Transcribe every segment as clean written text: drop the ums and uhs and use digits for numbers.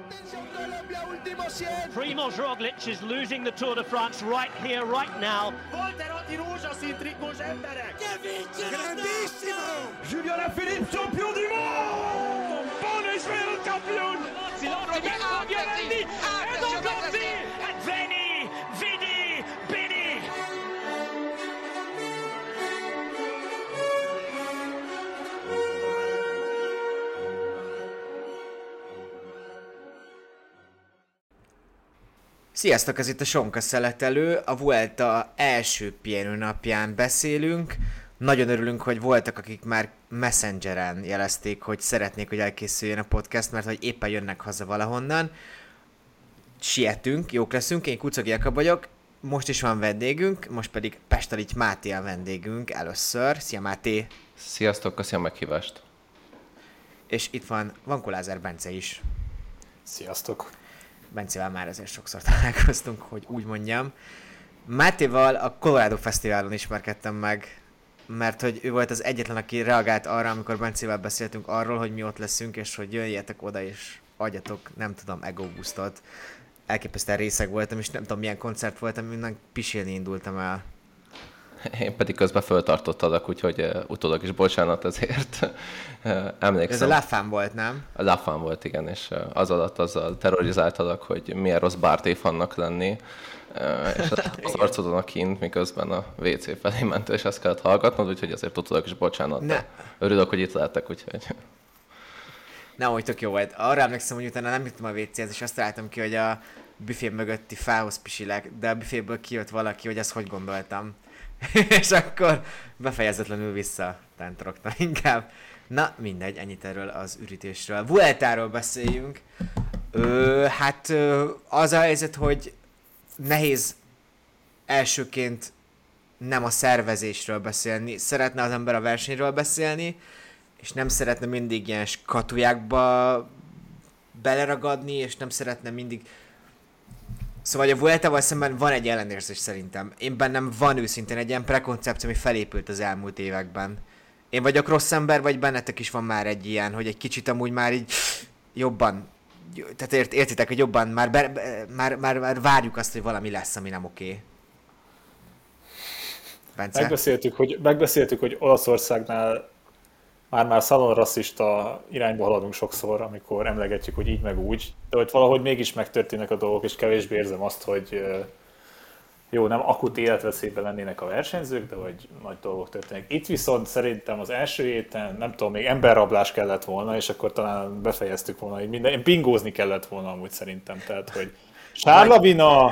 Primoz Roglic is losing the Tour de France right here, right now. Volterotti rózsaszín trikós emberek! Grandissimo! Julien Alaphilippe, champion du monde! Buon campione! Roglic, Vianelli, and Conti, and Veni, Vidi, Bini! Sziasztok, ez itt a Sonka Szeletelő, a Vuelta első pihenőnapján beszélünk. Nagyon örülünk, hogy voltak, akik már Messengeren jelezték, hogy szeretnék, hogy elkészüljön a podcast, mert hogy éppen jönnek haza valahonnan. Sietünk, jók leszünk, én Kucogi Jakab vagyok, most is van vendégünk, most pedig Pestalics Máté a vendégünk először. Szia Máté! Sziasztok, köszönöm a meghívást! És itt van Vankó Lázár Bence is. Sziasztok! Bencével már azért sokszor találkoztunk, hogy úgy mondjam. Mátéval a Colorado Fesztiválon ismerkedtem meg, mert hogy ő volt az egyetlen, aki reagált arra, amikor Bencével beszéltünk arról, hogy mi ott leszünk, és hogy jöjjetek oda, és adjatok, nem tudom, ego boostot. Elképesztően részeg voltam, és nem tudom, milyen koncert voltam, minden pisilni indultam el. Én pedig közben föltartottalak, úgyhogy utólag is bocsánat ezért. Emlékszem. Ez a La Fame volt, nem? A La Fame volt, igen, és az alatt azzal terrorizáltalak, hogy milyen rossz bártéfannak lenni, és az arcodon a kint, miközben a WC felé ment, és ezt kellett hallgatnod, úgyhogy azért utólag is bocsánat. Örülök, hogy itt lehetek, úgyhogy... Nem, hogy tök jó volt. Arra emlékszem, hogy utána nem jöttem a WC-hez, és azt találtam ki, hogy a büfé mögötti fához pisilek, de a büféből kijött valaki, hogy ezt hogy gondoltam. És akkor befejezetlenül visszatántorogtam inkább. Na, mindegy, ennyit erről az ürítésről. Vueltáról beszéljünk. Az a helyzet, hogy nehéz elsőként nem a szervezésről beszélni. Szeretne az ember a versenyről beszélni, és nem szeretne mindig ilyen skatujákba beleragadni, és nem szeretne mindig... Szóval a Vueltával szemben van egy ellenérzés szerintem. Én bennem van őszintén egy ilyen prekoncepció, ami felépült az elmúlt években. Én vagyok rossz ember, vagy bennetek is van már egy ilyen, hogy egy kicsit amúgy már így jobban, tehát értitek, hogy jobban már várjuk azt, hogy valami lesz, ami nem oké. Bence? Megbeszéltük, hogy Olaszországnál már szalonrasszista irányba haladunk sokszor, amikor emlegetjük, hogy így meg úgy, de hogy valahogy mégis megtörténnek a dolgok, és kevésbé érzem azt, hogy jó, nem akut életveszélyben lennének a versenyzők, de hogy nagy dolgok történnek. Itt viszont szerintem az első héten, nem tudom, még emberrablás kellett volna, és akkor talán befejeztük volna, hogy minden, bingózni kellett volna amúgy szerintem, tehát, hogy sárlavina,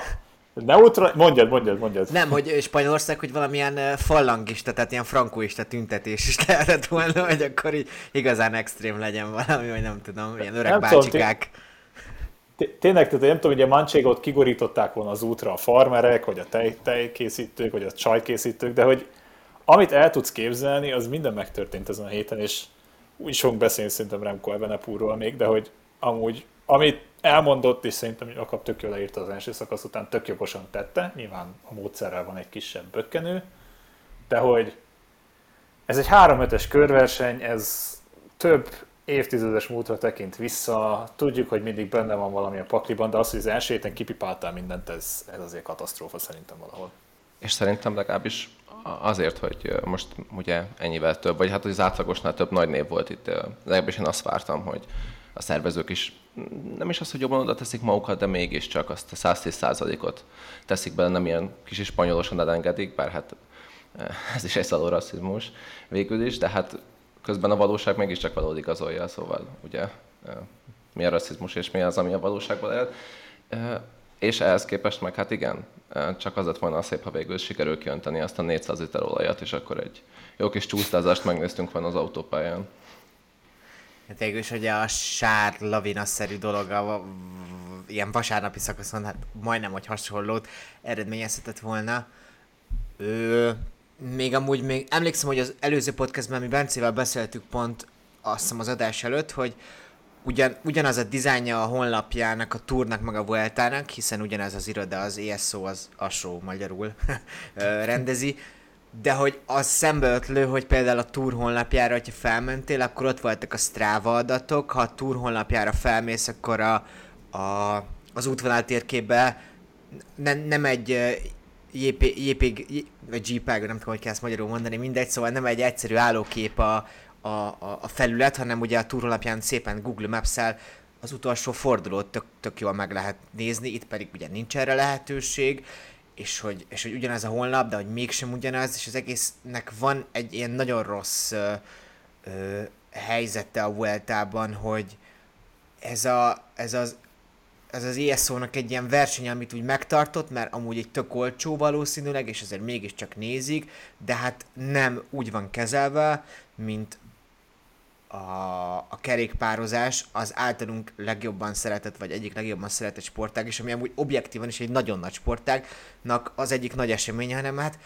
mondjad. Nem, hogy Spanyolország, hogy valamilyen fallangista, tehát ilyen frankóista tüntetés is lehetett volna, hogy akkor így igazán extrém legyen valami, vagy nem tudom, ilyen öreg bácsikák. Tényleg, tehát nem tudom, hogy a Manchego-t kigorították volna az útra a farmerek, vagy a tejkészítők, vagy a csajkészítők, de hogy amit el tudsz képzelni, az minden megtörtént ezen a héten, és úgy fogunk beszélni szerintem Remco Evenepoelról még, de hogy amúgy, amit elmondott, és szerintem Jakab tök jól leírta az első szakasz után, tök jogosan tette, nyilván a módszerrel van egy kisebb bökkenő, de hogy ez egy 3-5-es körverseny, ez több évtizedes múltra tekint vissza, tudjuk, hogy mindig benne van valami a pakliban, de az, hogy az első héten kipipáltál mindent, ez azért katasztrófa szerintem valahol. És szerintem legalábbis azért, hogy most ugye ennyivel több, vagy hát hogy az átlagosnál több nagy név volt itt, legalábbis én azt vártam, hogy a szervezők is nem is az, hogy jobban oda teszik magukat, de mégiscsak azt a 110%-ot teszik bele, nem ilyen kis spanyolosan elengedik, bár hát ez is egy szalórasszizmus végül is, de hát közben a valóság mégiscsak valódi igazolja, szóval ugye mi a rasszizmus és mi az, ami a valóságban él. És ehhez képest meg hát igen, csak az lett volna szép, ha végül sikerül kiönteni azt a 400 liter olajat, és akkor egy jó kis csúsztázást megnéztünk volna az autópályán. Hát végül is ugye a sár lavina-szerű dolog ilyen vasárnapi szakaszon, hát majdnem, hogy hasonlót eredményezhetett volna. Még emlékszem, hogy az előző podcastban mi Bencével beszéltük pont azt hiszem az adás előtt, hogy ugyanaz a dizájnja a honlapjának, a Tournak, meg a Vueltának, hiszen ugyanez az iroda, az ESO, az ASO magyarul rendezi, de hogy az szembeötlő, hogy például a Tour honlapjára, hogyha felmentél, akkor ott voltak a Strava adatok, ha a Tour honlapjára felmész, akkor az útvonal térképbe nem egy JPEG, vagy JPEG, nem tudom, hogy kell ezt magyarul mondani, mindegy, szóval nem egy egyszerű állókép a felület, hanem ugye a túrolapján szépen Google Maps-el az utolsó fordulót tök jól meg lehet nézni, itt pedig ugye nincs erre lehetőség, és hogy ugyanaz a honlap, de hogy mégsem ugyanaz, és az egésznek van egy ilyen nagyon rossz helyzete a Vueltában, hogy ez az ESO-nak egy ilyen verseny, amit úgy megtartott, mert amúgy egy tök olcsó valószínűleg, és azért mégiscsak nézik, de hát nem úgy van kezelve, mint a kerékpározás, az általunk legjobban szeretett, vagy egyik legjobban szeretett sportág, és ami amúgy objektívan is egy nagyon nagy sportágnak az egyik nagy eseménye, hanem hát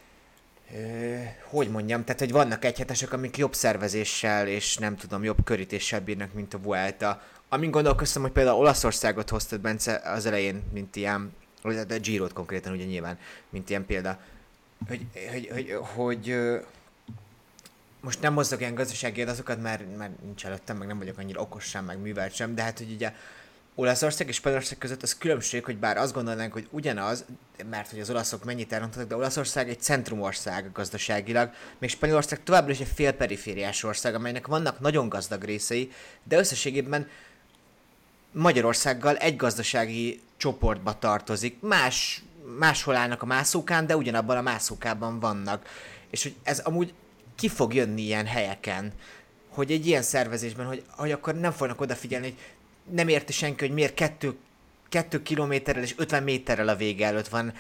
hogy mondjam, tehát hogy vannak egyhetesek, amik jobb szervezéssel és nem tudom, jobb körítéssel bírnak, mint a Vuelta. Amin gondolkoztam, hogy például Olaszországot hoztad, Bence, az elején, mint ilyen, de Girot konkrétan ugye nyilván, mint ilyen példa, hogy most nem hozzak ilyen gazdasági adatokat, mert nincs előttem, meg nem vagyok annyira okos sem, meg művelt sem, de hát, hogy ugye Olaszország és Spanyolország között az különbség, hogy bár azt gondolnánk, hogy ugyanaz, mert hogy az olaszok mennyit elrontottak, de Olaszország egy centrumország gazdaságilag, még Spanyolország továbbra is egy félperifériás ország, amelynek vannak nagyon gazdag részei, de összességében Magyarországgal egy gazdasági csoportba tartozik, máshol állnak a mászókán, de ugyanabban a mászókában vannak. És hogy ez amúgy ki fog jönni ilyen helyeken, hogy egy ilyen szervezésben, hogy akkor nem fognak odafigyelni, hogy nem érti senki, hogy miért 2 kilométerrel és 50 méterrel a vége előtt van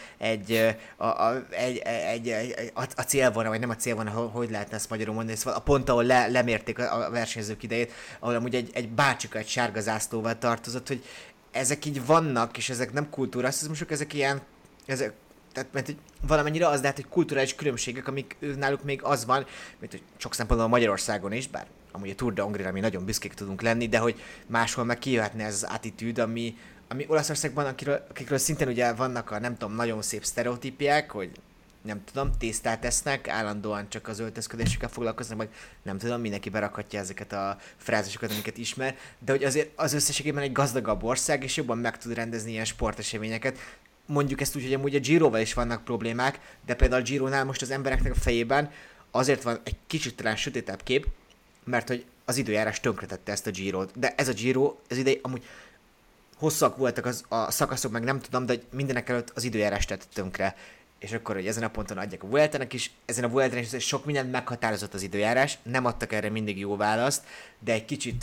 a célvonal, vagy nem a célvonal, hogy lehetne ezt magyarul mondani, szóval a pont, ahol lemérték a versenyzők idejét, ahol amúgy egy bácsika egy sárga zászlóval tartozott, hogy ezek így vannak, és ezek nem kultúrasszizmusok, ezek ilyen, tehát mert valamennyire az lehet, hogy kulturális különbségek, amik náluk még az van, mint hogy sok szempontból Magyarországon is, bár amúgy a Tour de Hongrie, ami nagyon büszkék tudunk lenni, de hogy máshol meg kijöhetne ez az attitűd, ami Olaszországban, akikről szintén ugye vannak a nem tudom, nagyon szép sztereotípiák, hogy nem tudom, tésztát esznek, állandóan csak az öltözködésükkel foglalkoznak, meg nem tudom, mindenki berakhatja ezeket a frázisokat, amiket ismer, de hogy azért az összességében egy gazdagabb ország, és jobban meg tud rendezni ilyen sporteseményeket. Mondjuk ezt úgy, hogy amúgy a Giroval is vannak problémák, de például a Gironál most az embereknek a fejében azért van egy kicsit talán sötétebb kép, mert hogy az időjárás tönkretette ezt a Girot. De ez a Giro, ez idei amúgy hosszak voltak a szakaszok, meg nem tudom, de mindenek előtt az időjárás tett tönkre. És akkor, hogy ezen a ponton adják a Vueltának is, ezen a Vueltán is sok mindent meghatározott az időjárás, nem adtak erre mindig jó választ, de egy kicsit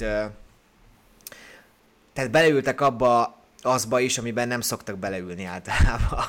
tehát beleültek abba azba is, amiben nem szoktak beleülni általában.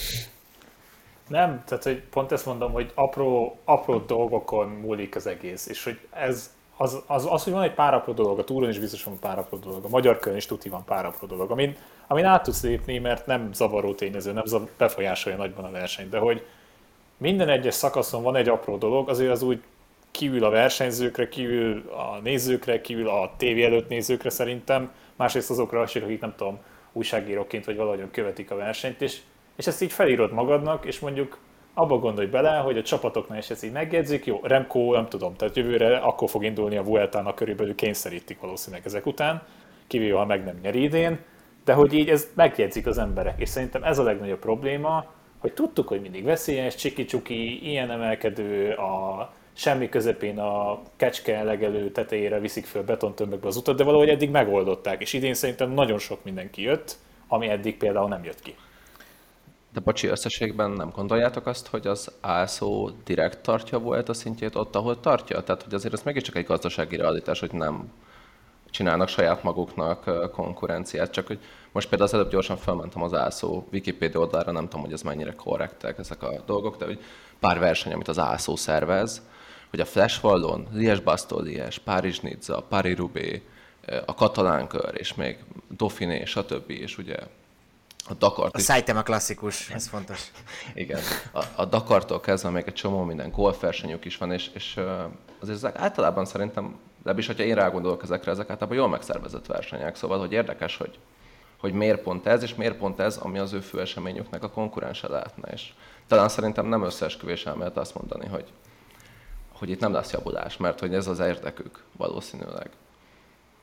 Nem, tehát hogy pont ezt mondom, hogy apró dolgokon múlik az egész, és hogy ez az, hogy van egy pár apró dolog, a túron is biztos van pár apró dolog, a magyar körön is tuti van pár apró dolog, amin át tudsz lépni, mert nem zavaró tényező, nem befolyásolja nagyban a versenyt, de hogy minden egyes szakaszon van egy apró dolog, azért az úgy kiül a versenyzőkre, kiül a nézőkre, kiül a tévé előtt nézőkre szerintem, másrészt azokra, akik nem tudom, újságíróként vagy valahogyan követik a versenyt, és ezt így felírod magadnak, és mondjuk abba gondolj bele, hogy a csapatoknál is ezt így megjegyzik, jó, Remco, nem tudom, tehát jövőre akkor fog indulni a Vueltának, körülbelül kényszerítik valószínűleg ezek után, kivéve, ha meg nem nyer idén, de hogy így ezt megjegyzik az emberek, és szerintem ez a legnagyobb probléma, hogy tudtuk, hogy mindig veszélyes, csiki-csuki, ilyen emelkedő, a semmi közepén a kecske legelő tetejére viszik föl betontömbökbe az utat, de valahogy eddig megoldották, és idén szerintem nagyon sok mindenki jött, ami eddig például nem jött ki. De bocsi, összességben nem gondoljátok azt, hogy az ASO direkt tartja volt a szintjét ott, ahol tartja? Tehát, hogy azért ez mégiscsak egy gazdasági realitás, hogy nem csinálnak saját maguknak konkurenciát, csak hogy most például az előbb gyorsan felmentem az ASO Wikipedia oldalra, nem tudom, hogy ez mennyire korrektek ezek a dolgok, de hogy pár verseny, amit az ASO szervez, hogy a Flash Wallon, Liège-Bastogne-Liège, Párizs-Nizza, Paris-Roubaix, a Katalán kör, és még Dauphiné, stb. És ugye a Dakart... A Saitama klasszikus, ez fontos. Igen, a Dakartól kezdve még egy csomó minden golfversenyük is van, és azért ezek általában szerintem, legalábbis, hogyha én rágondolok ezekre, ezek általában jól megszervezett versenyek, szóval, hogy érdekes, hogy miért pont ez, és miért pont ez, ami az ő főeseményüknek a konkurense lehetne. És talán szerintem nem összeesküvés elmélet azt mondani, hogy itt nem lesz javulás, mert hogy ez az érdekük valószínűleg.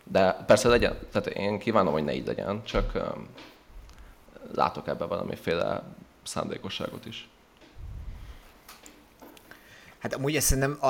De persze legyen, tehát én kívánom, hogy ne így legyen, csak látok ebben valamiféle szándékosságot is. Hát amúgy ezt szerintem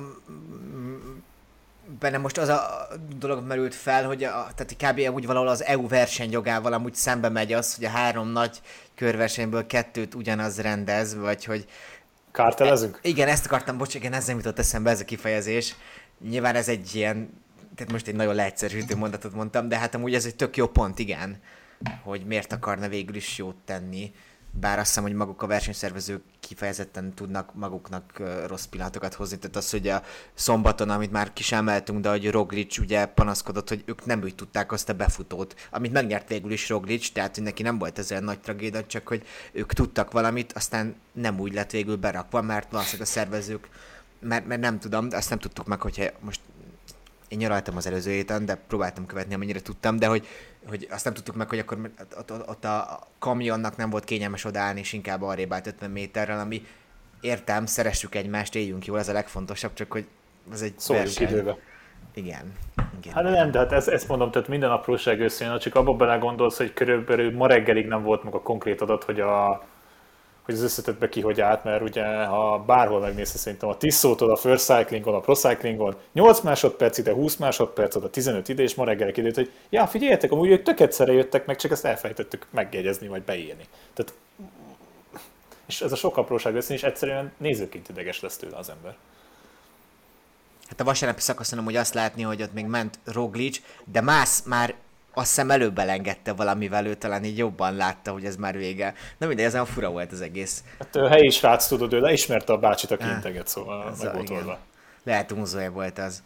bennem most az a dolog merült fel, hogy tehát kb. Amúgy valahol az EU versenyjogával amúgy szembe megy az, hogy a 3 nagy körversenyből 2-t ugyanaz rendez, vagy hogy... Kártelezünk? Igen, ezt akartam, igen, ez nem jutott eszembe ez a kifejezés. Nyilván ez egy ilyen, tehát most egy nagyon leegyszerűsítő mondatot mondtam, de hát amúgy ez egy tök jó pont, igen, hogy miért akarna végül is jót tenni. Bár azt hiszem, hogy maguk a versenyszervezők kifejezetten tudnak maguknak rossz pillanatokat hozni. Tehát az, hogy a szombaton, amit már kisemeltünk, de hogy Roglic ugye panaszkodott, hogy ők nem úgy tudták azt a befutót, amit megnyert végül is Roglic, tehát hogy neki nem volt ez olyan nagy tragédia, csak hogy ők tudtak valamit, aztán nem úgy lett végül berakva, mert valószínűleg a szervezők, mert nem tudom, azt nem tudtuk meg, hogyha most én nyaraltam az előző héten, de próbáltam követni, amennyire tudtam, de hogy azt nem tudtuk meg, hogy akkor ott a kamionnak nem volt kényelmes odaállni, és inkább arrébb állt 50 méterrel, ami értem, szeressük egymást, éljünk jól, ez a legfontosabb, csak hogy ez egy Szóljunk időbe. Igen. Hát nem, de hát ezt mondom, tehát minden apróság összejön, csak abba belegondolsz, hogy körülbelül ma reggelig nem volt meg a konkrét adat, hogy az összetettbe ki hogy állt, mert ugye ha bárhol megnézte szerintem a Tisszótól, a First Cyclingon, a Pro Cyclingon 8 másodperc ide, 20 másodperc oda, 15 ide, és ma reggel kiderült, hogy ja, figyeljetek, amúgy ők tök egyszerre jöttek meg, csak ezt elfelejtettük megjegyezni, vagy beírni. Tehát, és ez a sok apróság össze, és egyszerűen nézőként ideges lesz tőle az ember. Hát a vasárnapi szakaszon amúgy azt látni, hogy ott még ment Roglic, de Mász már azt hiszem előbb elengedte valamivel, ő talán így jobban látta, hogy ez már vége. Na mindegy, ezen fura volt az egész. Hát a helyi srác, tudod, ő leismerte a bácsit, aki integet, szóval meg volt oldva. Lehet unzója volt az.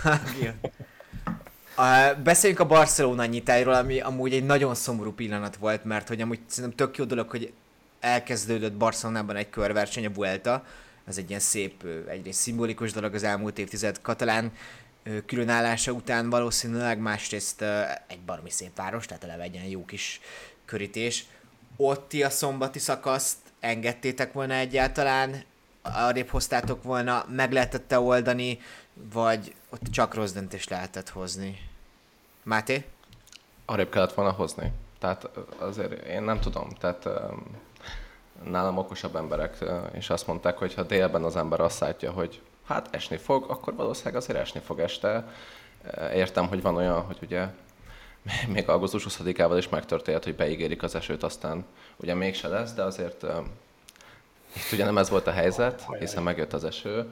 Beszéljünk a Barcelona nyitájról, ami amúgy egy nagyon szomorú pillanat volt, mert hogy amúgy szerintem tök jó dolog, hogy elkezdődött Barcelonában egy körverseny, a Vuelta. Ez egy ilyen szép, egyrészt szimbolikus dolog az elmúlt évtized katalán különállása után valószínűleg, másrészt egy baromi szép város, tehát eleve egy ilyen jó kis körítés. Ott ti a szombati szakaszt engedtétek volna egyáltalán, arrébb hoztátok volna, meg lehetett oldani, vagy ott csak rossz döntést lehetett hozni? Máté? Arrébb kellett volna hozni. Tehát azért én nem tudom, tehát nálam okosabb emberek is azt mondták, hogy ha délben az ember azt látja, hogy hát esni fog, akkor valószínűleg azért esni fog este. Értem, hogy van olyan, hogy ugye még augusztus 20-ával is megtörtént, hogy beígérik az esőt, aztán ugye mégse lesz, de azért itt ugye nem ez volt a helyzet, hiszen megjött az eső.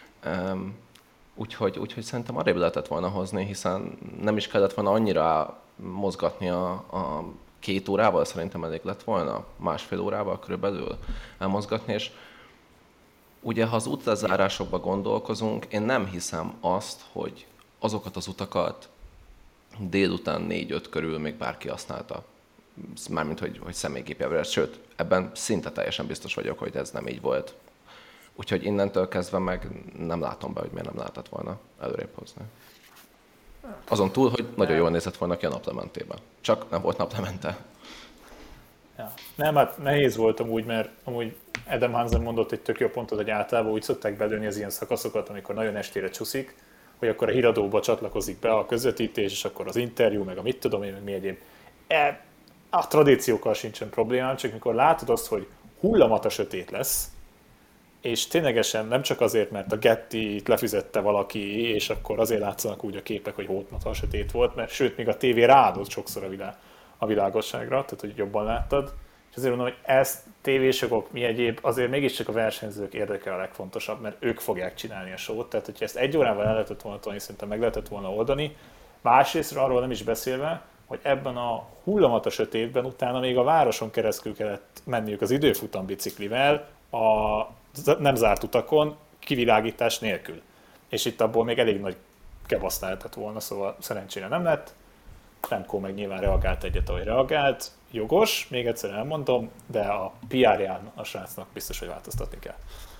Úgyhogy szerintem arrébb lehetett volna hozni, hiszen nem is kellett volna annyira mozgatni a 2 órával, szerintem elég lett volna, 1,5 órával körülbelül elmozgatni, és ugye, ha az utlezárásokba gondolkozunk, én nem hiszem azt, hogy azokat az utakat délután 4-5 körül még bárki használta. Mármint, hogy személygépjárművel. Sőt, ebben szinte teljesen biztos vagyok, hogy ez nem így volt. Úgyhogy innentől kezdve meg nem látom be, hogy miért nem lehetett volna előrébb hozni. Azon túl, hogy nagyon jól nézett volna ki a naplementében. Csak nem volt naplemente. Ja. Nem, hát nehéz volt amúgy, mert amúgy Adam Hansen mondott egy tök jó pontot, hogy általában úgy szokták belőni az ilyen szakaszokat, amikor nagyon estére csúszik, hogy akkor a híradóba csatlakozik be a közvetítés, és akkor az interjú, meg a mit tudom én, meg mi egyéb. A tradíciókkal sincsen problémám, csak mikor látod azt, hogy hullamata sötét lesz, és ténylegesen nem csak azért, mert a Getty-t lefizette valaki, és akkor azért látszanak úgy a képek, hogy hótmata sötét volt, mert sőt, még a tévé ráadott sokszor a világosságra, tehát hogy jobban láttad. És azért mondom, hogy ezt tévésokok, mi egyéb, azért mégiscsak a versenyzők érdeke a legfontosabb, mert ők fogják csinálni a show-t, tehát hogyha ezt 1 órával el lehetett volna tolni, szerintem meg lehetett volna oldani. Másrészt arról nem is beszélve, hogy ebben a hullamata sötétben utána még a városon keresztül kellett menniük az időfutam biciklivel, a nem zárt utakon, kivilágítás nélkül. És itt abból még elég nagy kebasz lehetett volna, szóval szerencsére nem lett. Remco meg nyilván reagált egyet, ahogy reagált. Jogos, még egyszer elmondom, de a PR-ján a srácnak biztos, hogy változtatni kell.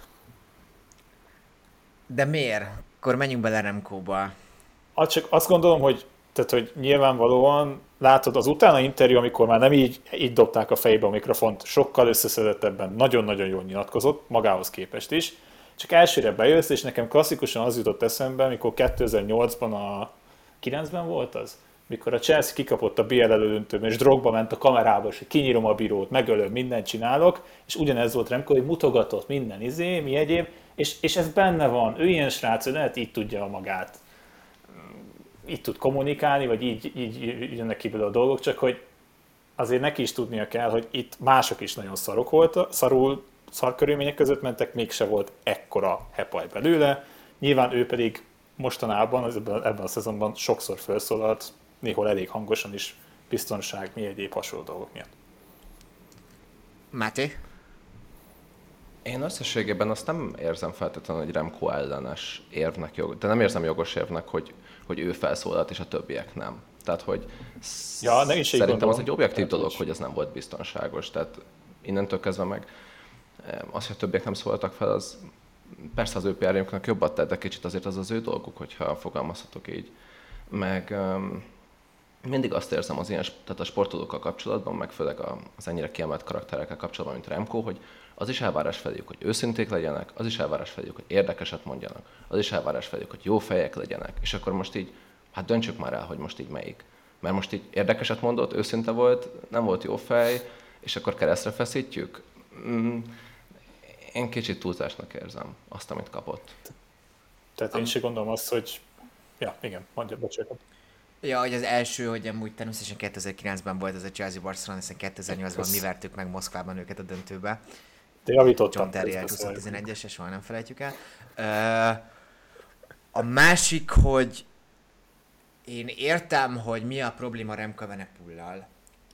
De miért? Akkor menjünk bele Remco-ba. Csak azt gondolom, hogy nyilvánvalóan látod az utána interjú, amikor már nem így dobták a fejbe a mikrofont, sokkal összeszedettebben, nagyon-nagyon jól nyilatkozott, magához képest is. Csak elsőre bejössz, és nekem klasszikusan az jutott eszembe, amikor 2008-ban 9-ben volt az? Mikor a Chelsea kikapott a BL elődöntőben, és Drogba ment a kamerába, és kinyírom a bírót, megölöm, mindent csinálok, és ugyanez volt Remco, hogy mutogatott minden mi egyéb, és ez benne van, ő ilyen srác, ő lehet így tudja magát, így tud kommunikálni, vagy így jönnek ki belőle a dolgok, csak hogy azért neki is tudnia kell, hogy itt mások is nagyon szarok voltak, szar körülmények között mentek, mégse volt ekkora hepaj belőle. Nyilván ő pedig mostanában, ebben a szezonban sokszor felszólalt, néhol elég hangosan is, biztonság, mi egyéb hasonló dolgok miatt. Máté? Én összességében azt nem érzem feltétlenül egy Remco ellenes érvnek, de nem érzem jogos érvnek, hogy ő felszólalt és a többiek nem. Tehát, hogy szerintem az egy objektív dolog, hogy ez nem volt biztonságos. Tehát innentől kezdve meg az, hogy a többiek nem szóltak fel, az persze az ő PR-juknak jobbat tett, de kicsit azért az ő dolguk, hogyha fogalmazhatok így. Meg mindig azt érzem az ilyen, tehát a sportolókkal kapcsolatban, meg főleg az ennyire kiemelt karakterekkel kapcsolatban, mint Remco, hogy az is elvárás feléjük, hogy őszinték legyenek, az is elvárás feléjük, hogy érdekeset mondjanak, az is elvárás feléjük, hogy jó fejek legyenek. És akkor most így, hát döntsük már el, hogy most így melyik. Mert most így érdekeset mondott, őszinte volt, nem volt jó fej, és akkor keresztre feszítjük. Én kicsit túlzásnak érzem azt, amit kapott. Tehát én is gondolom azt, hogy... Ja, igen, mondja, bocsánat. Ja, hogy az első, hogy amúgy természetesen 2009-ben volt ez a Chelsea-Barcelona, hiszen 2008-ban mi vertük meg Moszkvában őket a döntőbe. De javítottam. John Terry 2011-es, soha nem felejtjük el. A másik, hogy én értem, hogy mi a probléma Remco Evenepoellal,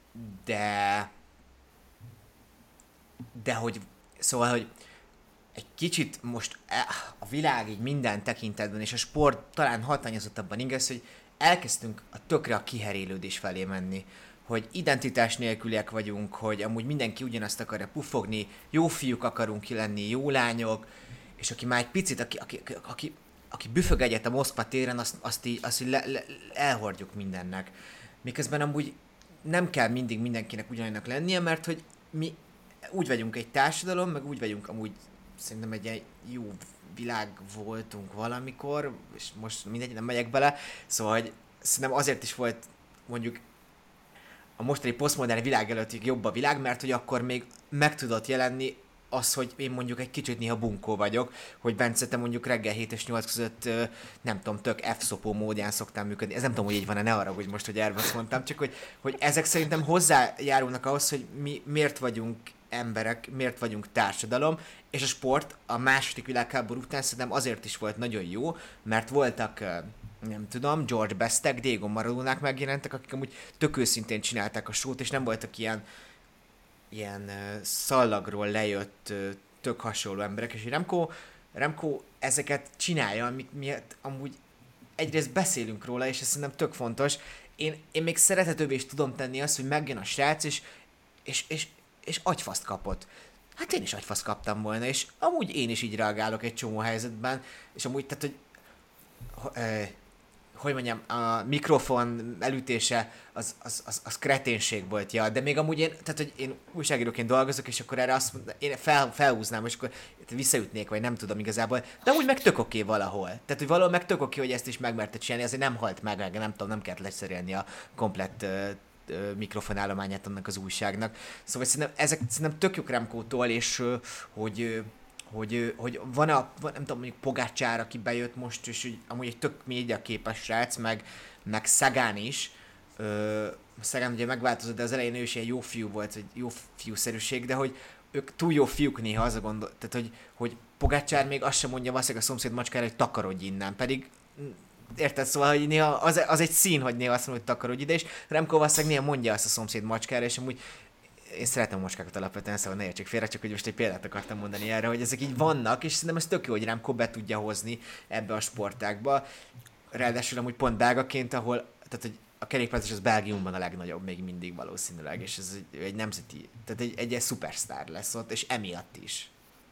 de hogy, szóval, hogy egy kicsit most a világ így minden tekintetben, és a sport talán határozottabban igaz, hogy elkezdtünk tökre a kiherélődés felé menni, hogy identitás nélküliek vagyunk, hogy amúgy mindenki ugyanazt akarja puffogni, jó fiúk akarunk lenni, jó lányok, és aki már egy picit, aki büfög egyet a Moszkva téren, azt így elhordjuk mindennek. Miközben amúgy nem kell mindig mindenkinek ugyanannak lennie, mert hogy mi úgy vagyunk egy társadalom, meg úgy vagyunk amúgy szerintem egy jó világ voltunk valamikor, és most mindegy, nem megyek bele, szóval hogy szerintem azért is volt mondjuk a mostani posztmodern világ előtt jobb a világ, mert hogy akkor még meg tudott jelenni az, hogy én mondjuk egy kicsit néha bunkó vagyok, hogy Bence, te mondjuk reggel 7 és 8 között nem tudom, tök F-szopó módján szoktál működni. Ez nem tudom, hogy így van-e, ne arra, hogy most, hogy erre azt mondtam, csak hogy ezek szerintem hozzájárulnak ahhoz, hogy mi miért vagyunk emberek, miért vagyunk társadalom, és a sport a második világháború után szerintem azért is volt nagyon jó, mert voltak, nem tudom, George Bestek, Diego Maradonák megjelentek, akik amúgy tök őszintén csinálták a sót, és nem voltak ilyen szallagról lejött tök hasonló emberek, és Remco ezeket csinálja, amit miatt amúgy egyrészt beszélünk róla, és ez szerintem tök fontos. Én még szerethetőbbé is tudom tenni azt, hogy megjön a srác, és agyfaszt kapott. Hát én is agyfaszt kaptam volna, és amúgy én is így reagálok egy csomó helyzetben, és amúgy, tehát, hogy mondjam, a mikrofon elütése az kreténség volt, ja, de még amúgy én újságíróként dolgozok, és akkor erre azt mondom, én felhúznám, és akkor visszaütnék, vagy nem tudom igazából, de amúgy meg tök oké valahol. Tehát, hogy valahol meg tök oké, hogy ezt is megmerte csinálni, azért nem halt meg, nem tudom, nem kellett leszerelni a komplett mikrofonállományát annak az újságnak. Szóval szerintem tök jók Remcótól, és hogy van nem tudom, mondjuk Pogačar, aki bejött most, és hogy amúgy egy tök médiaképes srác, meg Sagan is. Sagan ugye megváltozott, de az elején ő is ilyen jó fiú volt, egy jó fiúszerűség, de hogy ők túl jó fiúk néha, az a gondol, tehát hogy Pogačar még azt sem mondja valószínűleg a szomszéd macskára, hogy takarodj innen, pedig érted, szóval, hogy néha az egy szín, hogy néha azt mondja, hogy takarodj ide, és Remco valószínűleg néha mondja azt a szomszéd macskára, és amúgy én szeretem a macskákat alapvetően, szóval ne értsék félre, csak hogy most egy példát akartam mondani erre, hogy ezek így vannak, és szerintem ez tök jó, hogy Remco be tudja hozni ebbe a sportágba. Ráadásul amúgy pont belgaként, ahol, tehát hogy a kerékpározás az Belgiumban a legnagyobb még mindig valószínűleg, és ez egy nemzeti, tehát egy szupersztár lesz ott, és emiatt is.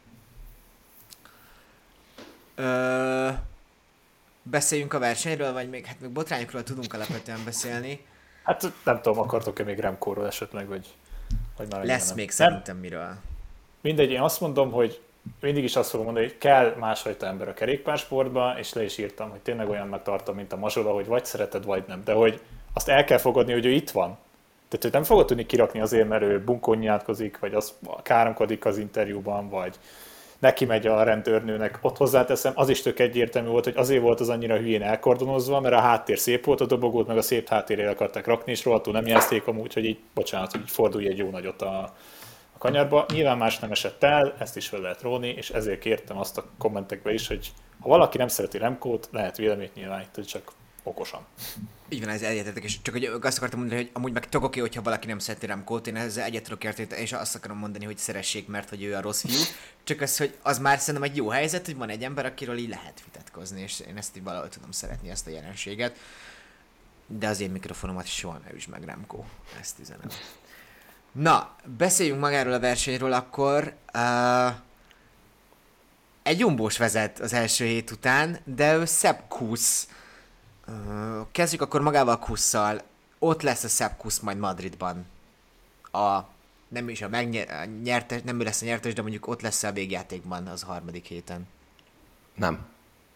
Beszéljünk a versenyről, vagy még botrányokról tudunk alapvetően beszélni. Hát nem tudom, akartok-e még Remcóról esetleg, vagy már lesz még szerintem miről. Mindegy, én azt mondom, hogy mindig is azt fogom mondani, hogy kell másfajta ember a kerékpársportba, és le is írtam, hogy tényleg olyannak tartom, mint a Mazsola, hogy vagy szereted, vagy nem. De hogy azt el kell fogadni, hogy ő itt van. Tehát őt nem fogod tudni kirakni azért, mert ő bunkón nyátkozik, vagy az káromkodik az interjúban, vagy neki megy a rendőrnőnek. Ott hozzáteszem, az is tök egyértelmű volt, hogy azért volt az annyira hülyén elkordonozva, mert a háttér szép volt, a dobogót meg a szép háttérre akarták rakni, és rohadtul nem jelzték amúgy, hogy így, bocsánat, hogy így fordulj egy jó nagyot a kanyarba. Nyilván más nem esett el, ezt is fel lehet róni, és ezért kértem azt a kommentekbe is, hogy ha valaki nem szereti Remkót, lehet véleményt nyilvánítani, csak okosan. Így van, ez egyetetek, és csak hogy azt akartam mondani, hogy amúgy meg tök oké, hogyha valaki nem szereti Remkót, én ezzel egyet tudok érteni, és azt akarom mondani, hogy szeressék, mert hogy ő a rossz fiú, csak az, hogy az már szerintem egy jó helyzet, hogy van egy ember, akiről így lehet vitatkozni, és én ezt így valahol tudom szeretni, ezt a jelenséget, de az én mikrofonomat soha ne üsd meg, Remkó, ezt üzenem. Na, beszéljünk magáról a versenyről akkor. Egy jumbós vezet az első hét után, de ő Sepp Kuss. Kezdjük akkor magával Kusszal. Ott lesz a Sepp Kuss majd Madridban. Nem is a nyertes, nem ő lesz a nyertes, de mondjuk ott lesz a végjátékban az a harmadik héten. Nem.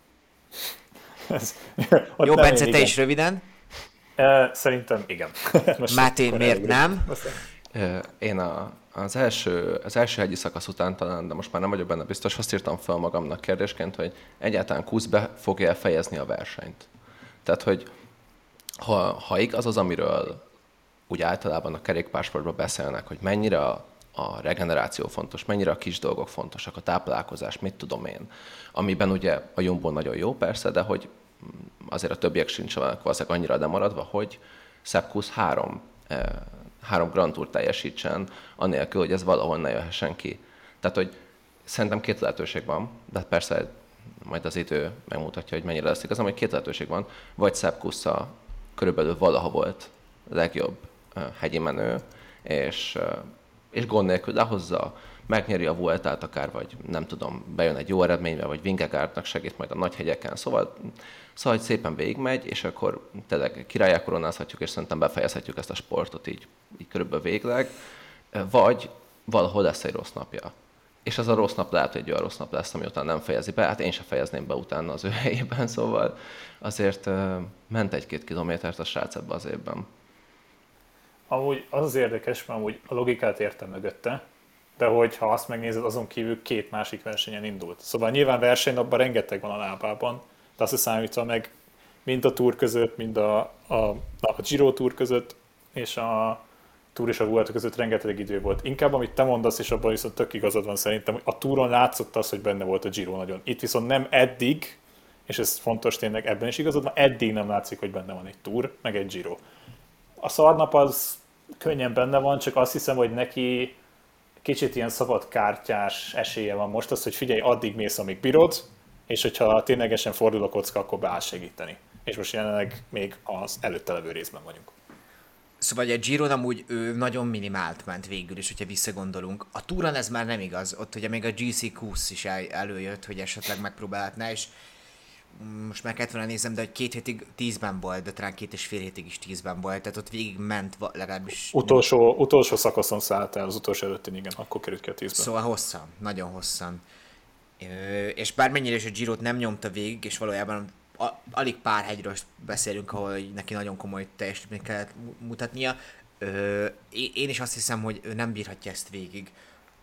Jó, Bence, te is röviden. Szerintem igen. Máté, miért nem? Én az első hegyi szakasz után talán, de most már nem vagyok benne biztos, azt írtam fel magamnak kérdésként, hogy egyáltalán Kuss be fogja fejezni a versenyt. Tehát, hogy ha igaz az, amiről úgy általában a kerékpársportban beszélnek, hogy mennyire a regeneráció fontos, mennyire a kis dolgok fontosak, a táplálkozás, mit tudom én, amiben ugye a Jumbo nagyon jó persze, de hogy azért a többiek sincsenek valószínűleg annyira lemaradva, hogy Sepp Kuss három Grand Tour teljesítsen, anélkül, hogy ez valahol ne jöhessen ki. Tehát, hogy szerintem két lehetőség van, de persze majd az idő megmutatja, hogy mennyire lesz igazam, hogy két lehetőség van. Vagy Sepp Kuss körülbelül valaha volt a legjobb hegyi menő, és gond nélkül lehozza, megnyeri a Vueltát akár, vagy nem tudom, bejön egy jó eredménybe, vagy Vingegaardnak segít majd a nagy hegyeken. Szóval hogy szépen végigmegy, és akkor tényleg királlyá koronázhatjuk, és szerintem befejezhetjük ezt a sportot így körülbelül végleg. Vagy valahol lesz egy rossz napja. És az a rossz nap lehet, hogy egy olyan rossz nap lesz, ami után nem fejezi be. Hát én sem fejezném be utána az ő helyében, szóval azért ment 1-2 kilométert a srác ebbe az évben. Amúgy az érdekes, mert amúgy a logikát értem mögötte, de hogyha azt megnézed, azon kívül 2 másik versenyen indult. Szóval nyilván versenynapban rengeteg van a lábában, de azt számítva meg mind a Tour között, mind a Giro Tour között, és a Tour és a Vuelta között rengeteg idő volt. Inkább amit te mondasz, és abban viszont tök igazad van szerintem, hogy a Touron látszott az, hogy benne volt a Giro nagyon. Itt viszont nem eddig, és ez fontos tényleg, ebben is igazad van, eddig nem látszik, hogy benne van egy Tour, meg egy Giro. A szarnap az könnyen benne van, csak azt hiszem, hogy neki kicsit ilyen szabadkártyás esélye van most az, hogy figyelj, addig mész, amíg bírod, és hogyha ténylegesen fordul a kocka, akkor beáll segíteni. És most jelenleg még az előtte levő részben vagyunk. Szóval a Giron amúgy ő nagyon minimált ment végül is, hogyha visszagondolunk. A Touron ez már nem igaz, ott ugye még a GC Kuss is előjött, hogy esetleg megpróbálhatná, és most meg kellett volna nézem, de hogy 2 hétig 10-ben volt, de talán 2,5 hétig is 10-ben volt, tehát ott végig ment legalábbis... Utolsó szakaszon szállt el, az utolsó előttén, igen, akkor került ki a 10-ben. Szóval hosszan, nagyon hosszan. És bármennyire is a Girot nem nyomta végig, és valójában alig pár hegyről beszélünk, ahol neki nagyon komoly teljesítményt kellett mutatnia. Én is azt hiszem, hogy ő nem bírhatja ezt végig.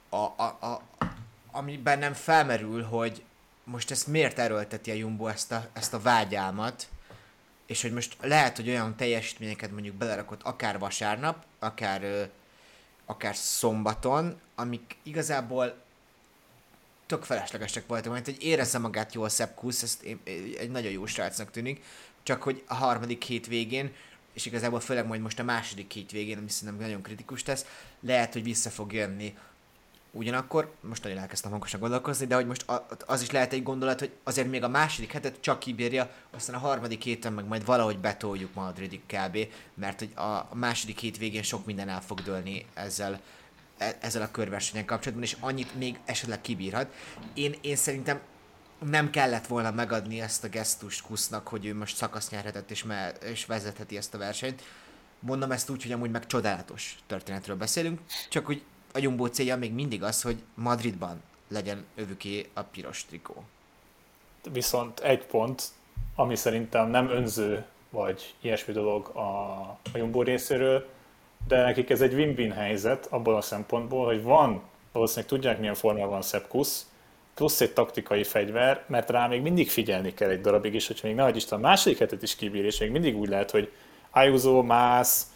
Ami bennem felmerül, hogy most ezt miért erőlteti a Jumbo ezt a vágyálmat, és hogy most lehet, hogy olyan teljesítményeket mondjuk belerakott akár vasárnap, akár szombaton, amik igazából tök feleslegesek voltak, mert hogy érezze magát jól Sepp Kuss, ezt egy nagyon jó srácnak tűnik, csak hogy a harmadik hétvégén, és igazából főleg majd most a második hétvégén, ami szerintem nagyon kritikus tesz, lehet, hogy vissza fog jönni. Ugyanakkor, most nagyon elkezdtem hangosan gondolkozni, de hogy most az is lehet egy gondolat, hogy azért még a második hetet csak kibírja, aztán a harmadik héten meg majd valahogy betoljuk Madridig kb. Mert hogy a második hétvégén sok minden el fog dőlni ezzel a körversenyen kapcsolatban, és annyit még esetleg kibírhat. Én szerintem nem kellett volna megadni ezt a gesztust Kussnak, hogy ő most szakasz nyerhetett és vezetheti ezt a versenyt. Mondom ezt úgy, hogy amúgy meg csodálatos történetről beszélünk, csak hogy a Jumbo célja még mindig az, hogy Madridban legyen övüké a piros trikó. Viszont egy pont, ami szerintem nem önző, vagy ilyesmi dolog a Jumbo részéről, de nekik ez egy win-win helyzet abból a szempontból, hogy van, valószínűleg tudják milyen formában van Sepp Kuss, plusz egy taktikai fegyver, mert rá még mindig figyelni kell egy darabig is, hogyha még nehogy Isten a második hetet is kibír, és még mindig úgy lehet, hogy Ayuso, Mász,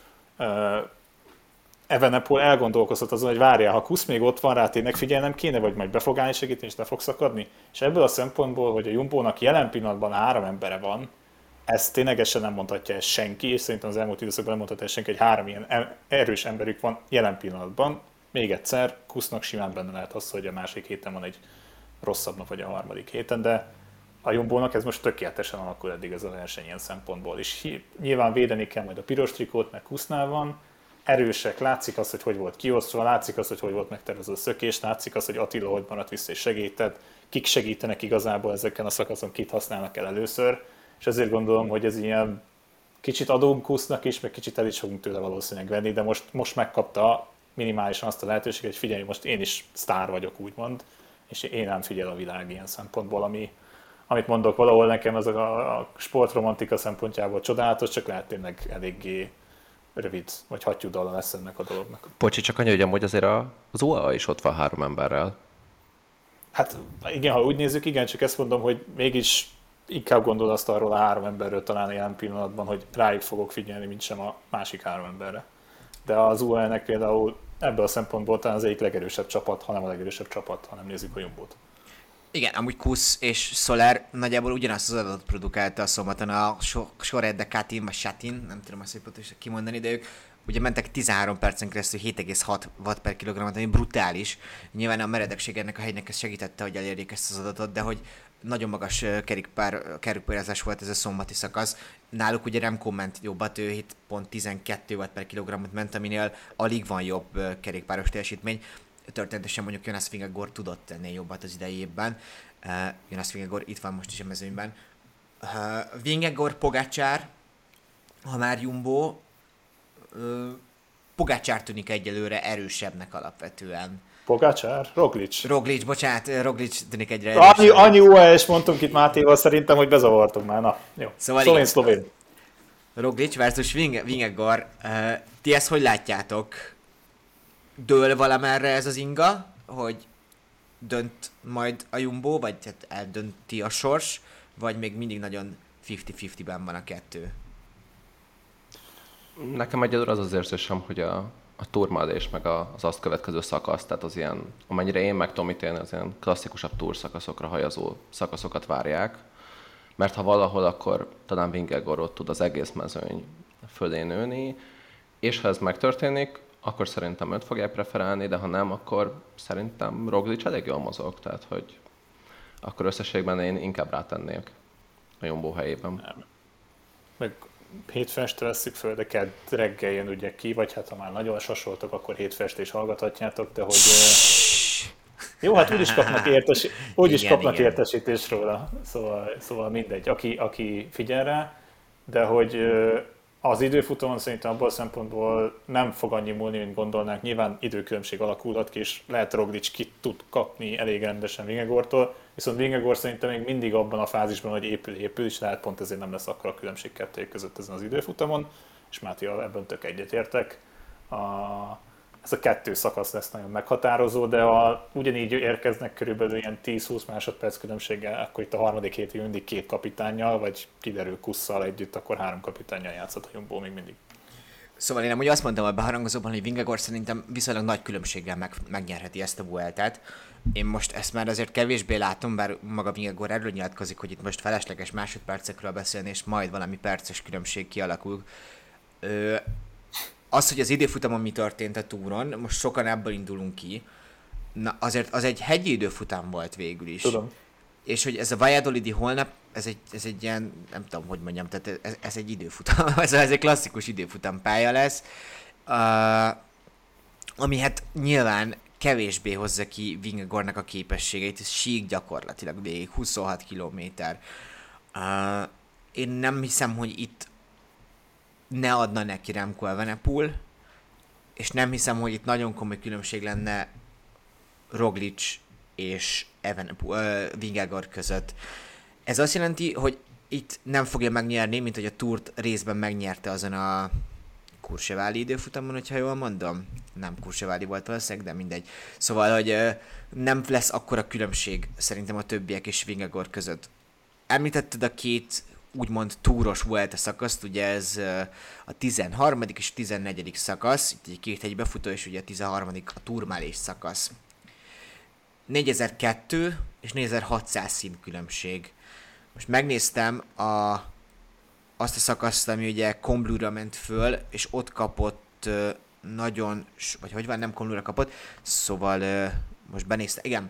Evenepoel elgondolkozhat azon, hogy várjál, ha Kusz még ott van, rá tényleg figyelnem kéne, vagy majd be fog állni segíteni, és le fog szakadni. És ebből a szempontból, hogy a Jumbónak jelen pillanatban 3 embere van, ezt ténylegesen nem mondhatja ezt senki, és szerintem az elmúlt időszakban nem mondhatja ezt senki, hogy 3 ilyen erős emberük van jelen pillanatban. Még egyszer, Kusznak simán benne lehet az, hogy a másik héten van egy rosszabb nap, vagy a harmadik héten, de a Jumbónak ez most tökéletesen alakul eddig ez a verseny ilyen szempontból. És nyilván védeni kell majd a piros trikót, meg Kusznál van, erősek, látszik az, hogy volt kiosztva, látszik az, hogy volt megtervező a szökés, látszik az, hogy Attila hogy maradt vissza és segített, kik segítenek igazából ezeken a szakaszon, kit használnak el először, és ezért gondolom, hogy ez ilyen kicsit adunk Kusznak is, meg kicsit el is fogunk tőle valószínűleg venni, de most megkapta minimálisan azt a lehetőséget, hogy figyelj, most én is sztár vagyok, úgymond, és én nem figyel a világ ilyen szempontból, amit mondok valahol nekem, ez a sportromantika szempontjából csodálatos, csak lehet tényleg eléggé rövid, vagy hattyúdala lesz ennek a dolognak. Bocsi, csak annyi, hogy amúgy azért az UAE is ott van 3 emberrel. Hát igen, ha úgy nézzük, igen, csak ezt mondom, hogy mégis inkább gondol azt arról a 3 emberről talán a jelen pillanatban, hogy rájuk fogok figyelni, mint sem a másik 3 emberre. De az UAE-nek például ebből a szempontból talán az egyik legerősebb csapat, hanem a legerősebb csapat, ha nem nézzük a Jumbót. Igen, amúgy Kusz és Soler nagyjából ugyanazt az adatot produkálta a szombaton a Sored de Katin, vagy Satin, nem tudom azt, hogy pontosan kimondani, de ők ugye mentek 13 percen keresztül 7,6 watt per kilogramot, ami brutális. Nyilván a meredekség ennek a hegynek ez segítette, hogy elérjék ezt az adatot, de hogy nagyon magas kerékpározás volt ez a szombati szakasz. Náluk ugye Remco ment jobbat, ő 7,12 watt per kilogramot ment, aminél alig van jobb kerékpáros teljesítmény. Történetesen mondjuk Jonas Vingegaard tudott ennél jobbat az idei évben. Jonas Vingegaard itt van most is a mezőnyben. Vingegaard, Pogačar, ha már Jumbo, Pogačar tűnik egyelőre erősebbnek alapvetően. Pogačar? Roglic. Roglic tűnik egyre erősebb. Annyi UAE-s mondtunk itt Mátéval, szerintem, hogy bezavartunk már. Na, jó. Szóval szlovén. Roglic versus Vingegaard. Ti ezt hogy látjátok? Dől valamerre ez az inga, hogy dönt majd a Jumbo, vagy hát eldönti a sors, vagy még mindig nagyon 50-50-ben van a kettő? Nekem egyedül az érzésem, hogy a Tourmalet és meg az azt következő szakasz, tehát az ilyen, amennyire én meg tudom ítélni, az ilyen klasszikusabb túr szakaszokra hajazó szakaszokat várják, mert ha valahol, akkor talán Vingegaard tud az egész mezőny fölé nőni, és ha ez megtörténik, akkor szerintem őt fogják preferálni, de ha nem, akkor szerintem Roglic elég jól mozog, tehát hogy akkor összességben én inkább rátennék a Jumbo helyében. Nem. Meg hétfőn este vesszük föl, de kedd reggel jön ugye ki, vagy hát ha már nagyon sasoltok, akkor hétfőn este is hallgathatjátok, de hogy... Jó, hát úgyis kapnak értesítést róla, szóval mindegy, aki figyel rá, de hogy az időfutamon szerintem abból a szempontból nem fog annyi múlni, mint gondolnánk. Nyilván időkülönbség alakulhat ki, és lehet Roglic ki tud kapni elég rendesen Vingegaardtól, viszont Vingegaard szerintem még mindig abban a fázisban, hogy épül, és lehet pont ezért nem lesz akkora különbség kettőjük között ezen az időfutamon, és Máté, ebben tök egyetértek. Ez a 2 szakasz lesz nagyon meghatározó, de ha ugyanígy érkeznek körülbelül ilyen 10-20 másodperc különbséggel, akkor itt a harmadik hétig mindig 2 kapitánnyal, vagy kiderül Kusszal együtt, akkor 3 kapitánnyal játszhat a Jumbo még mindig. Szóval én amúgy azt mondtam a beharangozóban, hogy Vingegaard szerintem viszonylag nagy különbséggel megnyerheti ezt a Vueltát. Én most ezt már azért kevésbé látom, bár maga Vingegaard erről nyilatkozik, hogy itt most felesleges másodpercekről beszélni, és majd valami perces különbség kialakul. Az, hogy az időfutamon mi történt a túron, most sokan ebből indulunk ki, na azért az egy hegyi időfutam volt végül is. Tudom. És hogy ez a Valladolidi holnap, ez egy ilyen, nem tudom, hogy mondjam, tehát ez egy időfutam, ez egy klasszikus időfutam pálya lesz, ami hát nyilván kevésbé hozza ki Vingegaardnak a képességeit, ez sík gyakorlatilag végig, 26 kilométer. Én nem hiszem, hogy itt ne adna neki Remco Evenepoel, és nem hiszem, hogy itt nagyon komoly különbség lenne Roglic és Vingegaard között. Ez azt jelenti, hogy itt nem fogja megnyerni, mint hogy a Tourt részben megnyerte azon a Courchevelli időfutamon, hogyha jól mondom. Nem Courchevelli volt valószínűleg, de mindegy. Szóval, hogy nem lesz akkora különbség szerintem a többiek és Vingegaard között. Említetted a két úgymond túros Vuelta szakaszt, ugye ez a 13. és 14. szakasz, itt egy két egybefutó, és ugye a 13. a Tourmalet szakasz. 4002 és 4600 szín különbség. Most megnéztem azt a szakaszt, ami ugye Combloux-ra ment föl, és ott kapott vagy hogy van, nem Combloux-ra kapott, szóval most benéztem, igen.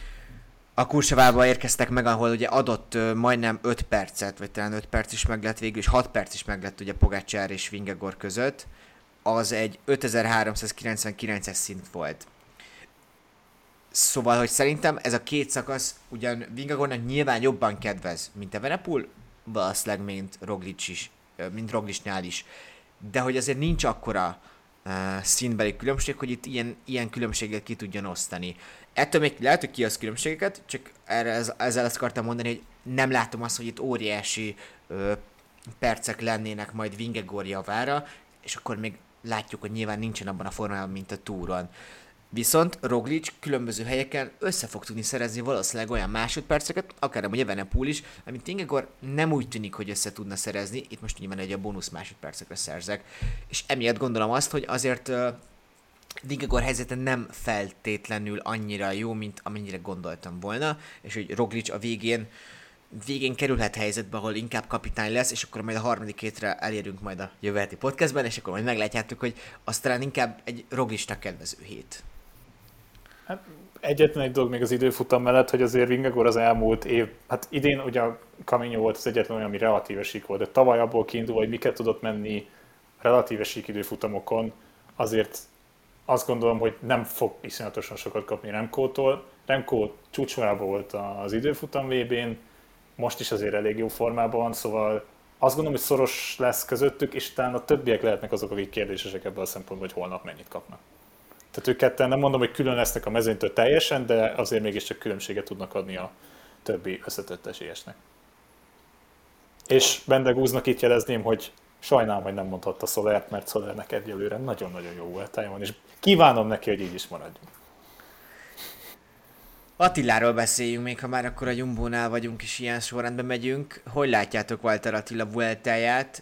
A Courchevelba érkeztek meg, ahol ugye adott majdnem 5 percet, vagy talán 5 perc is meg lett végül, és 6 perc is meg lett ugye Pogačar és Vingegaard között. Az egy 5399-es szint volt. Szóval, hogy szerintem ez a két szakasz ugyan Vingegaardnak nyilván jobban kedvez, mint Evenepoel, valószínűleg, mint Roglicnál is. De hogy azért nincs akkora színbeli különbség, hogy itt ilyen különbséget ki tudjon osztani. Ettől még lehet, hogy kihoz különbségeket, csak ezzel azt akartam mondani, hogy nem látom azt, hogy itt óriási percek lennének majd Vingegaard javára, és akkor még látjuk, hogy nyilván nincsen abban a formában, mint a Touron. Viszont Roglic különböző helyeken össze fog tudni szerezni valószínűleg olyan másodperceket, akár a Evenepoel is, amit Vingegaard nem úgy tűnik, hogy össze tudna szerezni, itt most nyilván egy a bónusz másodpercekre szerzek. És emiatt gondolom azt, hogy azért Vingegaard helyzete nem feltétlenül annyira jó, mint amennyire gondoltam volna, és hogy Roglic a végén kerülhet helyzetbe, ahol inkább kapitány lesz, és akkor majd a harmadik hétre elérünk majd a jövő heti podcastben, és akkor majd meglátjátok, hogy az talán inkább egy Roglicnak kedvező hét. Hát egyetlen egy dolog még az időfutam mellett, hogy azért Vingegaard az elmúlt év, hát idén ugye a Camino volt az egyetlen olyan, ami relatíve sík volt, de tavaly abból kiindul, hogy miket tudott menni relatíve sík időfutamokon, azért azt gondolom, hogy nem fog iszonyatosan sokat kapni Remco-tól. Remco csúcsformában volt az időfutam VB-n, most is azért elég jó formában van, szóval azt gondolom, hogy szoros lesz közöttük, és talán a többiek lehetnek azok, akik kérdésesek ebből a szempontból, hogy holnap mennyit kapnak. Tehát ők ketten nem mondom, hogy külön lesznek a mezőnytől teljesen, de azért mégiscsak különbséget tudnak adni a többi összetett esélyesnek. És Bendegúznak itt jelezném, hogy sajnálom, hogy nem mondhatta Solert, mert Solernek egyelőre nagyon-nagyon jó voltája van, és kívánom neki, hogy így is maradjunk. Attiláról beszéljünk még, ha már akkor a Jumbónál vagyunk és ilyen sorrendben megyünk. Hogy látjátok Walter Attila Vueltáját?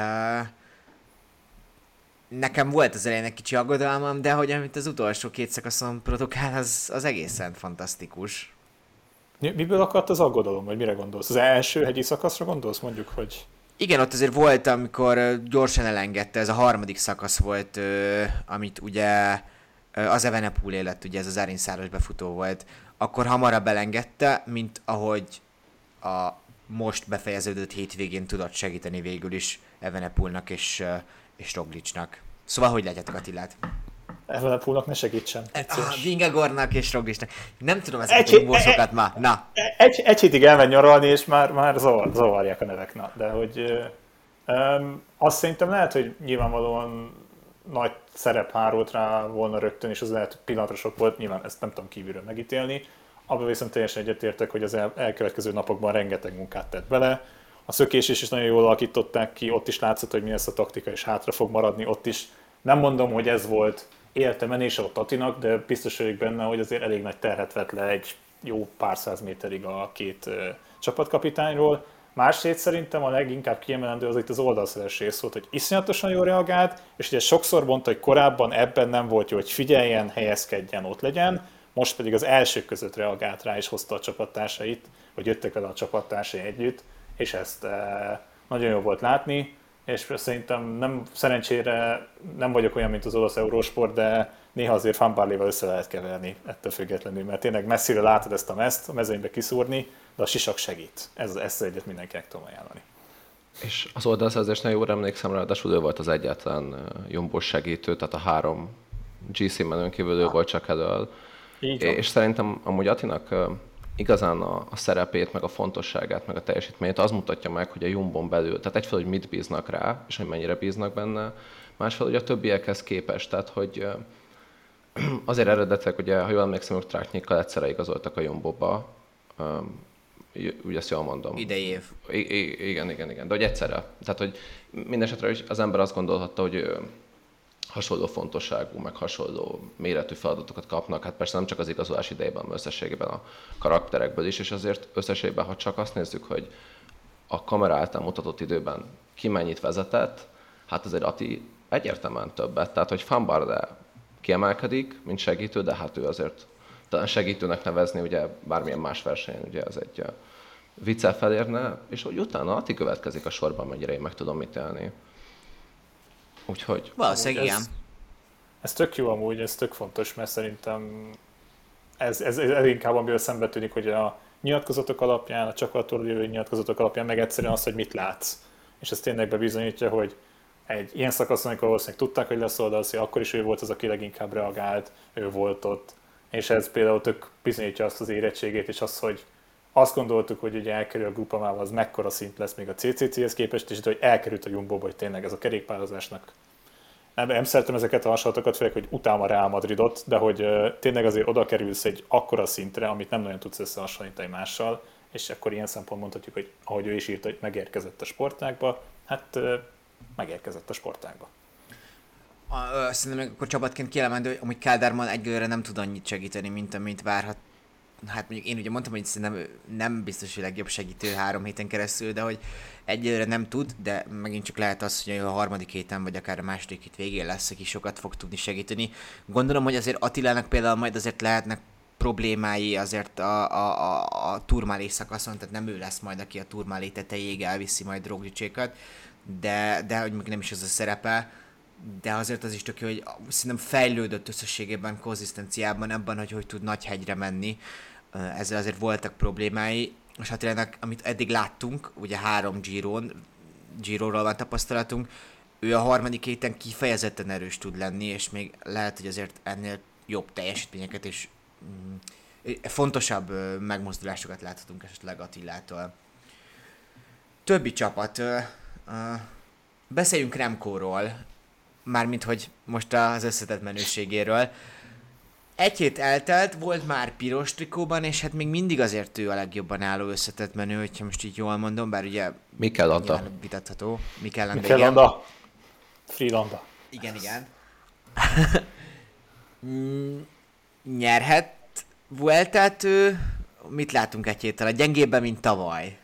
Nekem volt az elején egy kicsi aggodalmam, de hogy amit az utolsó két szakaszon produkál, az egészen fantasztikus. Miből akadt az aggodalom, vagy mire gondolsz? Az első hegyi szakaszra gondolsz, mondjuk, hogy... Igen, ott azért volt, amikor gyorsan elengedte, ez a harmadik szakasz volt, amit ugye az Evenepoel lett, ugye ez az Arinszáros befutó volt, akkor hamarabb elengedte, mint ahogy a most befejeződött hétvégén tudott segíteni végül is Evenepoelnak és Roglicnak. Szóval hogy látjátok Attilát? Evenepoelnak ne segítsen. Vingegaardnak és Roglicnak. Nem tudom ezeket a jumbósokat ma. Na. Egy hétig elmegy nyaralni, és már zavarják a nevek. Na. De hogy azt szerintem lehet, hogy nyilvánvalóan nagy szerep hárult rá volna rögtön, és az lehet, hogy pillanatra sok volt, nyilván ezt nem tudom kívülről megítélni. Abban viszont teljesen egyetértek, hogy az elkövetkező napokban rengeteg munkát tett bele. A szökés is nagyon jól alakították ki, ott is látszott, hogy mi lesz a taktika, és hátra fog maradni. Ott is nem mondom, hogy ez volt élte menése a Tatinak, de biztos vagyok benne, hogy azért elég nagy terhet vett le egy jó pár száz méterig a két csapatkapitányról. Másrészt szerintem a leginkább kiemelendő az itt az oldalszeres rész volt, hogy iszonyatosan jól reagált, és ugye sokszor mondta, hogy korábban ebben nem volt jó, hogy figyeljen, helyezkedjen, ott legyen, most pedig az elsők között reagált rá, és hozta a csapattársait, vagy jöttek vele a csapattársai együtt, és ezt nagyon jó volt látni, és szerintem szerencsére nem vagyok olyan, mint az olasz Eurosport, de néha azért Van Barléval össze lehet keverni ettől függetlenül, mert tényleg messzire látod ezt a mezt, a mezőnybe kiszúrni, de a sisak segít. Ez egyet mindenkinek tudom ajánlani. És az oldalszerzésnél jól emlékszem, ráadásul ő volt az egyetlen Jumbos segítő, tehát a 3 GC menőn kívül ő volt csak elől. És szerintem amúgy Attinak igazán a szerepét, meg a fontosságát, meg a teljesítményét az mutatja meg, hogy a Jumbon belül, tehát egyfelől, hogy mit bíznak rá, és hogy mennyire bíznak benne, másfelől, hogy a többiekhez képest, tehát hogy azért eredetileg, ugye, ha jól emlékszem, hogy Tráknyikkal egyszerre igazoltak a Jumbo-ba. Ugye ezt jól mondom. Idei év. Igen. De hogy egyszerre. Tehát, hogy mindesetre az ember azt gondolhatta, hogy hasonló fontosságú, meg hasonló méretű feladatokat kapnak. Hát persze nem csak az igazolás idejében, hanem összességében a karakterekből is, és azért összességében, ha csak azt nézzük, hogy a kamera által mutatott időben ki mennyit vezetett, hát azért Ati egyértelműen többet. Tehát, hogy Van Barde kiemelkedik, mint segítő, de hát ő azért talán segítőnek nevezni, ugye bármilyen más versenyen, ugye ez egy viccel felérne, és hogy utána Ati következik a sorban, mennyire én meg tudom ítélni. Úgyhogy... Valószínűleg igen. Ez tök jó amúgy, ez tök fontos, mert szerintem ez inkább amiből szembe tűnik, hogy a nyilatkozatok alapján, a csapatról jövő nyilatkozatok alapján, meg egyszerűen az, hogy mit látsz. És ez tényleg bebizonyítja, hogy egy ilyen szakaszon, amikor valószínűleg tudták, hogy lesz oldalsz, akkor is ő volt az, aki leginkább reagált, ő volt ott. És ez például tök bizonyítja azt az érettségét, és azt, hogy azt gondoltuk, hogy ugye elkerül a Groupamával, az mekkora szint lesz még a CCC-hez képest, és hogy elkerült a Jumbo-ba, hogy tényleg ez a kerékpározásnak. Nem szeretem ezeket a hasonlatokat, főleg, hogy utána a Real Madridot, de hogy tényleg azért oda kerülsz egy akkora szintre, amit nem nagyon tudsz összehasonlítani mással, és akkor ilyen szempont mondhatjuk, hogy ahogy ő is írta, hogy megérkezett a sportágba, hát megérkezett a sportágba. Szerintem akkor csapatként kielemendő, hogy amúgy Kelderman egyelőre nem tud annyit segíteni, mint amit várhat. Hát mondjuk én ugye mondtam, hogy szerintem nem biztos, hogy legjobb segítő 3 héten keresztül, de hogy egyelőre nem tud, de megint csak lehet az, hogy a harmadik héten, vagy akár a második hét végén lesz, aki sokat fog tudni segíteni. Gondolom, hogy azért Attilának például majd azért lehetnek problémái azért a Tourmalet szakaszon, tehát nem ő lesz majd, aki a Tourmalet tetejéig elviszi majd Roglicsékat, de hogy még nem is az a szerepe. De azért az is tök jó, hogy szerintem fejlődött összességében, konzisztenciában ebben, hogy tud nagy hegyre menni. Ezzel azért voltak problémái. És hát tényleg, amit eddig láttunk, ugye 3 Giróról van tapasztalatunk, ő a harmadik héten kifejezetten erős tud lenni, és még lehet, hogy azért ennél jobb teljesítményeket és fontosabb megmozdulásokat láthatunk esetleg Attilától. Többi csapat. Beszéljünk Remkóról. Mármint, hogy most az összetett menőségéről. 1 hét eltelt, volt már piros trikóban, és hát még mindig azért ő a legjobban álló összetett menő, hogyha most így jól mondom, bár ugye... Mikel Landa. Vitatható. Mikel Landa. Freelanda. Igen. Nyerhet Vueltát ő? Mit látunk 1 héttel? A gyengébben, mint tavaly?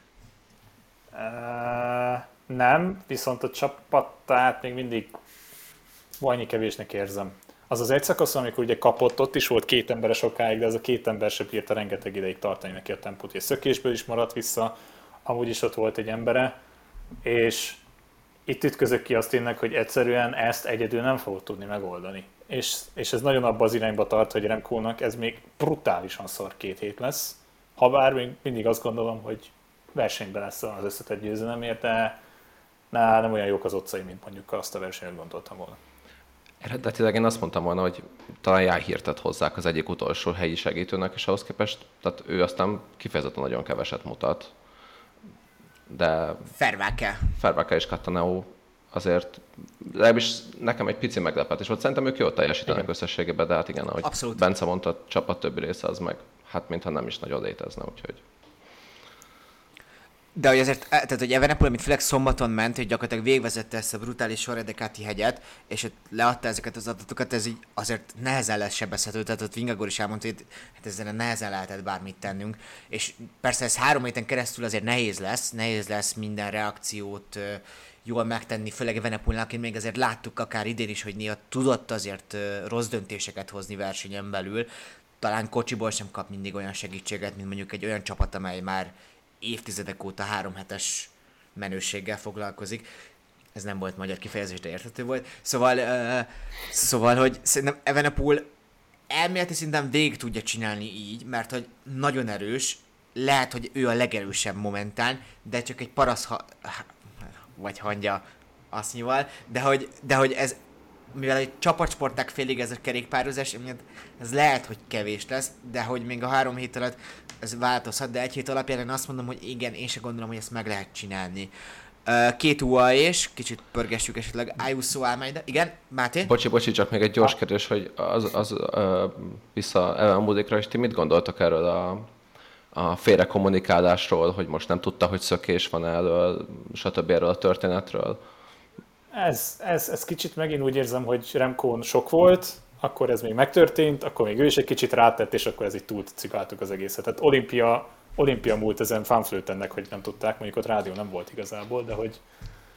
Nem, viszont a csapatát még mindig annyi kevésnek érzem. Az az egy szakasz, amikor ugye kapott, ott is volt 2 ember sokáig, de ez a 2 ember se bírta rengeteg ideig tartani neki a tempót, és szökésből is maradt vissza, amúgy is ott volt egy embere, és itt ütközök ki azt tényleg, hogy egyszerűen ezt egyedül nem fogod tudni megoldani. És ez nagyon abba az irányba tart, hogy Remkónak ez még brutálisan szar 2 hét lesz, habár még mindig azt gondolom, hogy versenyben lesz az összetett győzelemért, de nem olyan jók az otcai, mint mondjuk azt a versenyt gondoltam volna. Eredetileg én azt mondtam volna, hogy talán Jáhírtet hozzák az egyik utolsó helyi segítőnek, és ahhoz képest, tehát ő aztán kifejezetten nagyon keveset mutat. De Fervake és Cattaneo azért, legalábbis nekem egy pici meglepetés volt. Szerintem ők jól teljesítenek összességében, de hát igen, ahogy abszolút. Bence mondta, a csapat többi része az meg, hát mintha nem is nagyon létezne, úgyhogy... De hogy azért, tehát hogy Evenepoel, amit főleg szombaton ment, hogy gyakorlatilag végvezette ezt a brutális Sorredekati hegyet, és ott leadta ezeket az adatokat, ez így azért nehezen lesz sebezhető, tehát ott Vingagor is elmondta, hogy hát ezzel nehezen lehetett bármit tennünk, és persze ez 3 héten keresztül azért nehéz lesz minden reakciót jól megtenni, főleg Evenepoelnak, én még azért láttuk akár idén is, hogy néha tudott azért rossz döntéseket hozni versenyen belül, talán kocsiból sem kap mindig olyan segítséget, mint mondjuk egy olyan csapat, amely már évtizedek óta 3 hetes menőséggel foglalkozik. Ez nem volt magyar kifejezés, de érthető volt. Szóval hogy szerintem Evenepoel elméleti szinten végig tudja csinálni így, mert hogy nagyon erős, lehet, hogy ő a legerősebb momentán, de csak egy parasz vagy hangya assznyival, de hogy ez, mivel egy csapatsporták félig ez a kerékpározás, ez lehet, hogy kevés lesz, de hogy még a 3 hét alatt ez változhat, de 1 hét alapján én azt mondom, hogy igen, én se gondolom, hogy ezt meg lehet csinálni. Két UAE és kicsit pörgessük esetleg Ayuso Almeida. Igen, Máté? Bocsi, csak még egy gyors kérdés, hogy vissza Evan Moodykra, és ti mit gondoltak erről a félre kommunikálásról, hogy most nem tudta, hogy szökés van elől, stb. Erről a történetről? Ez kicsit megint úgy érzem, hogy Remkón sok volt, akkor ez még megtörtént, akkor még ő is egy kicsit rátett, és akkor ez így túlcikáltuk az egészet. Tehát Olimpia múlt ezen fanflőtennek, hogy nem tudták, mondjuk ott rádió nem volt igazából, de hogy...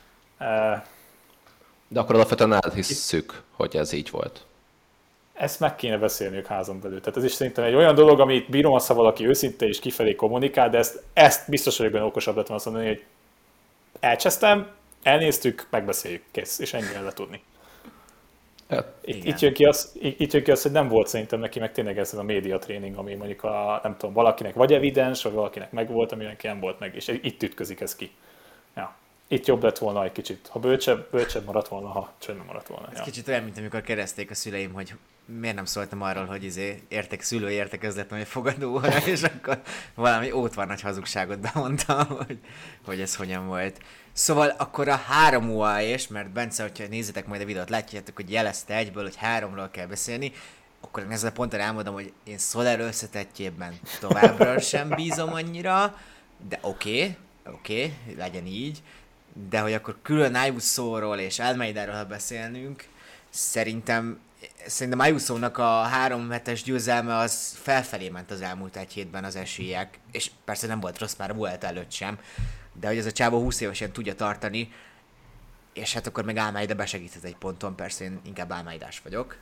De akkor alapvetően elhisszük, hogy ez így volt. Ezt meg kéne beszélniük házon belül. Tehát ez is szerintem egy olyan dolog, amit bírom azt, ha valaki őszinte és kifelé kommunikál, de ezt biztos vagyok benne okosabb lett volna azt mondani, hogy elcsesztem, elnéztük, megbeszéljük, kész, és ennyi le tudni. Itt jön ki az, hogy nem volt szerintem neki, meg tényleg ez a média tréning, ami mondjuk nem tudom, valakinek vagy evidens, vagy valakinek megvolt, ami neki nem volt meg, és itt ütközik ez ki. Ja. Itt jobb lett volna egy kicsit, ha bölcsebb maradt volna, ha csöndben maradt volna. Ez kicsit olyan, mint amikor kérdezték a szüleim, hogy miért nem szóltam arról, hogy szülői értekezlet, vagy fogadó óra, és akkor valami ótvar nagy hazugságot bemondtam, hogy ez hogyan volt. Szóval akkor a 3 UAE-s, mert Bence, hogyha nézitek majd a videót, látjátok, hogy jelezte egyből, hogy 3-ról kell beszélni, akkor én ezzel ponton elmondom, hogy én Soler összetettjében továbbra sem bízom annyira, de oké, legyen így, de hogy akkor külön Ayuso-ról és Almeidáról, ha beszélnünk, szerintem Ayuso-nak a 3 hetes győzelme az felfelé ment az elmúlt egy hétben az esélyek, és persze nem volt rossz már a Vuelta előtt sem, de hogy ez a csávó 20 évesen tudja tartani, és hát akkor meg Almeida besegíthet egy ponton, persze én inkább Almeidás vagyok.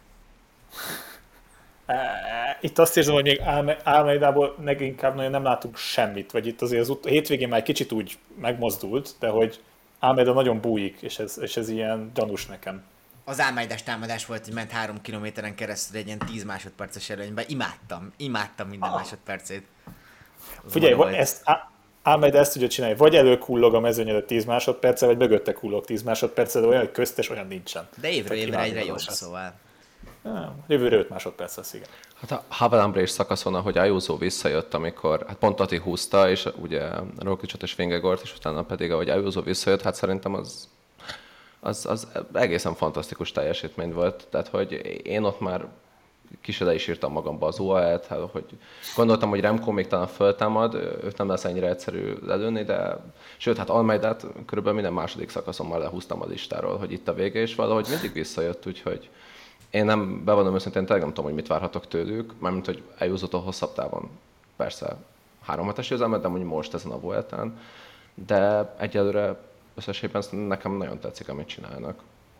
Itt azt érzem, hogy még Almeidából inkább nagyon nem látunk semmit, vagy itt azért a hétvégén már kicsit úgy megmozdult, de hogy Almeida nagyon bújik, és ez ilyen gyanús nekem. Az Almeidás támadás volt, hogy ment 3 kilométeren keresztül egy ilyen 10 másodperces előnyben. Imádtam minden másodpercét. Figyelj, Almeida ezt tudja csinálni, vagy előkullog a mezőny előtt 10 másodperccel, vagy mögötte kullog 10 másodperccel, de olyan, hogy köztes, olyan nincsen. De évről évre egyre jobb, szóval. Jövőre 5 másodperc lesz, igen. Hát a Havelambre szakaszon, ahogy Ayuso visszajött, amikor hát pont Ati húzta, és ugye Rogličot és Vingegaard, és utána pedig, ahogy Ayuso visszajött, hát szerintem az egészen fantasztikus teljesítmény volt. Tehát, hogy én ott már le is írtam magamba az UAE-t, hát, hogy gondoltam, hogy Remco még talán föltámad, őt nem lesz ennyire egyszerű lelőni, de sőt, hát Almeidát körülbelül minden második szakaszon már lehúztam a listáról, hogy itt a vége, és valahogy mindig visszajött, úgyhogy én nem bevallom őszintén, tényleg nem tudom, hogy mit várhatok tőlük, mármint, hogy Ayuso-tól hosszabb távon persze 3 hetes győzelmet, de mondjuk most ezen a Vueltán, de egyelőre összességben nekem nagyon tetszik, amit csinálnak.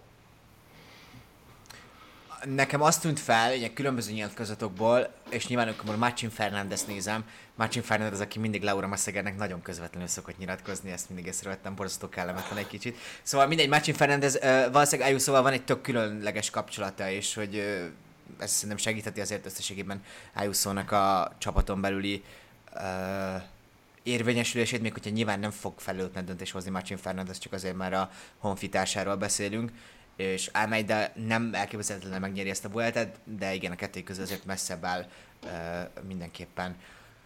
Nekem azt tűnt fel, ilyen különböző nyilatkozatokból, és nyilván amikor Marcin Fernández nézem, Marcin Fernández, aki mindig Laura Massegernek nagyon közvetlenül szokott nyilatkozni, ezt mindig észrevettem, borzasztó kellemetlen egy kicsit. Szóval mindegy, Marcin Fernández valószínűleg Ayuso-val van egy tök különleges kapcsolata, és hogy ez szerintem segítheti azért összességében Ayuso-nak a csapaton belüli érvényesülését, még hogyha nyilván nem fog felelőtlen döntés hozni Marcin Fernández, csak azért már a honfitársáról beszélünk, és Almeida nem elképzelhetetlen megnyeri ezt a Vueltát, de igen, a kettő közül azért messzebb áll mindenképpen.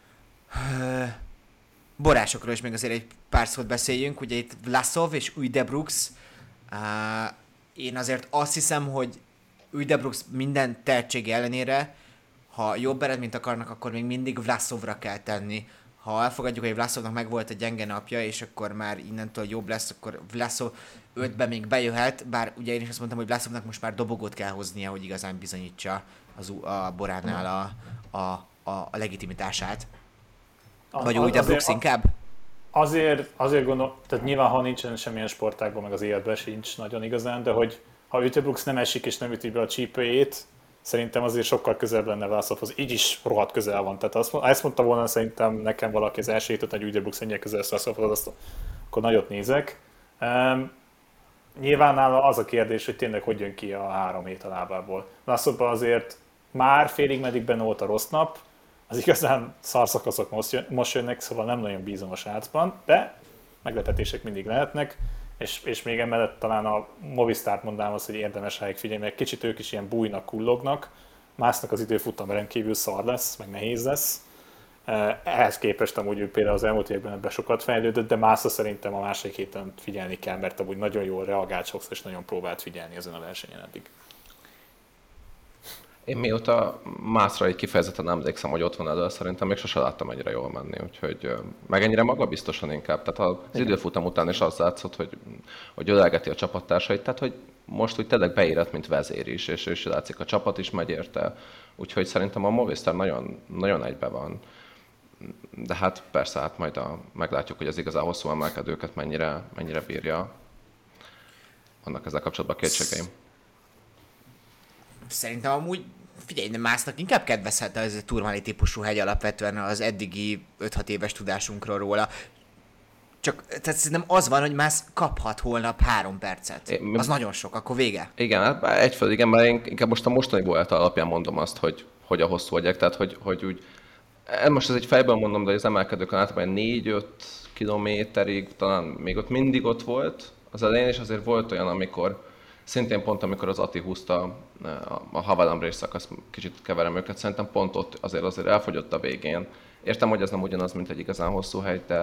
Borásokról is még azért egy pár szót beszéljünk, ugye itt Vlasov és Uijdebrooks. Én azért azt hiszem, hogy Uijdebrooks minden tehetség ellenére, ha jobb eredményt akarnak, akkor még mindig Vlasovra kell tenni. Ha elfogadjuk, hogy Vlasovnak megvolt a gyenge napja, és akkor már innentől jobb lesz, akkor Vlasov 5-ben még bejöhet, bár ugye én is azt mondtam, hogy Vlasovnak most már dobogót kell hoznia, hogy igazán bizonyítsa a Boránál a legitimitását. Vagy Uijdebrooks inkább? Azért gondolom, tehát nyilván ha nincsen semmilyen sportágban, meg az életben sincs nagyon igazán, de hogy ha Uijdebrooks nem esik és nem üti be a csípőjét, szerintem azért sokkal közelebb lenne Vlasovhoz, így is rohadt közel van. Tehát ezt mondta volna szerintem nekem valaki az első hétet, hogy Uijdebrooks ennyire közel lesz Vlasovhoz, akkor nagyot nézek. Nyilván nála az a kérdés, hogy tényleg hogy jön ki a 3 hét a lábából. Vlasovban azért már félig meddig benne volt a rossz nap, az igazán szarszakaszok most jönnek, szóval nem nagyon bízom a srácban, de meglepetések mindig lehetnek, és még emellett talán a Movistart mondanám azt, hogy érdemes rájuk figyelni, mert kicsit ők is ilyen bújnak, kullognak, másznak az időfutam rendkívül szar lesz, meg nehéz lesz. Ehhez képest amúgy ő például az elmúlt években ebben sokat fejlődött, de Massa szerintem a másik héten figyelni kell, mert amúgy nagyon jól reagált sokszor, és nagyon próbált figyelni ezen a versenyen eddig. Én mióta Mászra egy kifejezetten emlékszem, hogy ott van elő, szerintem még sose láttam ennyire jól menni, úgyhogy meg ennyire magabiztosan inkább. Tehát az időfutam után is az látszott, hogy ölelgeti a csapattársait, tehát hogy most úgy tényleg beérett, mint vezér is, és látszik, a csapat is megy érte, úgyhogy szerintem a Movistar nagyon, nagyon egybe van. De hát persze, hát majd meglátjuk, hogy az igazán hosszú emelkedőket mennyire bírja. Vannak ezzel kapcsolatban kétségeim. Szerintem amúgy, figyelj, de Másznak inkább kedvezhet ez a Tourmalet típusú hegy alapvetően az eddigi 5-6 éves tudásunkról róla. Csak tehát szerintem az van, hogy Mász kaphat holnap 3 percet. Az nagyon sok, akkor vége. Igen, hát egyfelől igen, mert én inkább most a mostani Vuelta alapján mondom azt, hogy a hosszú hegyek, tehát hogy úgy, most ez egy fejből mondom, de az emelkedőkön általában 4-5 kilométerig, talán még ott mindig ott volt az elején, és azért volt olyan, amikor szintén pont amikor az Ati húzta a Havelambre szakasz, kicsit keverem őket, szerintem pont ott azért elfogyott a végén. Értem, hogy ez nem ugyanaz, mint egy igazán hosszú hegy, de...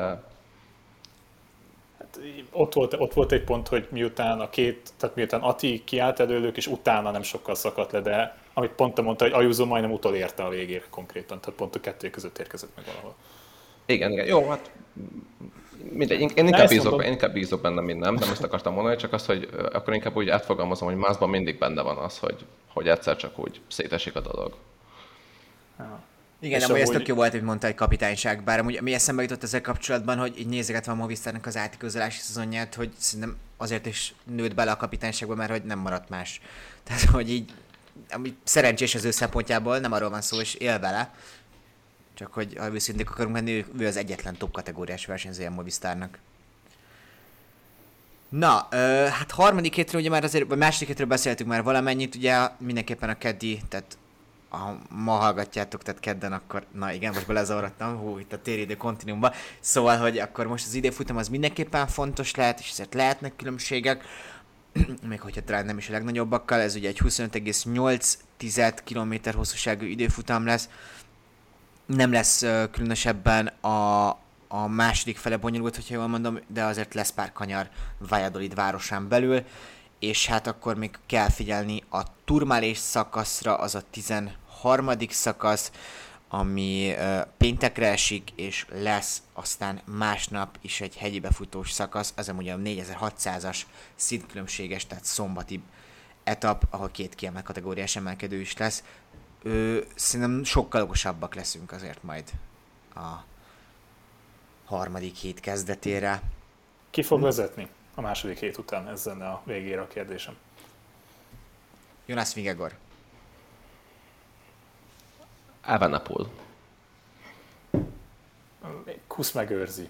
Hát, ott volt egy pont, hogy miután miután Ati kiállt előlük, és utána nem sokkal szakadt le, de amit pont mondta, hogy Ayuso majdnem utolérte a végére konkrétan, tehát pont a kettő között érkezett meg valahol. Igen, jó, hát mindegy, én inkább bízok benne, mint nem, de most akartam mondani, csak azt, hogy akkor inkább úgy átfogalmazom, hogy Mászban mindig benne van az, hogy egyszer csak úgy szétesik a dolog. Igen, amúgy ez tök jó volt, hogy mondta egy kapitányság, bár amúgy mi eszembe jutott ezzel kapcsolatban, hogy így nézegetve a Movistarnak az átigazolási szezonját, hogy szerintem azért is nőtt bele a kapitányságba, mert hogy nem maradt más. Tehát, hogy így, ami szerencsés az ő szempontjából, nem arról van szó, és él vele, csak hogy ha őszintén akarunk menni, ő az egyetlen top kategóriás versenyzője a Movistarnak. Na, hát harmadik hétről ugye már azért, vagy második hétről beszéltünk már valamennyit, ugye mindenképpen a keddi, tehát ha ma hallgatjátok, tehát kedden, akkor na igen, most belezavarodtam, itt a téridő kontinuumban, szóval, hogy akkor most az időfutam az mindenképpen fontos lehet, és ezért lehetnek különbségek, még hogyha talán nem is a legnagyobbakkal, ez ugye egy 25,8 km hosszúságú időfutam lesz, nem lesz különösebben a második fele bonyolult, hogyha jól mondom, de azért lesz pár kanyar Valladolid városán belül, és hát akkor még kell figyelni a Tourmalet szakaszra, az a 13. szakasz, ami péntekre esik, és lesz aztán másnap is egy hegyi befutós szakasz, az amúgy a 4600-as szintkülönbséges, tehát szombati etap, ahol 2 kiemelt kategóriás emelkedő is lesz. Szerintem sokkal okosabbak leszünk azért majd a harmadik hét kezdetére. Ki fog vezetni a második hét után? Ez lenne a végére a kérdésem. Jonas Vingegaard. Evenepoel. Kusz megőrzi.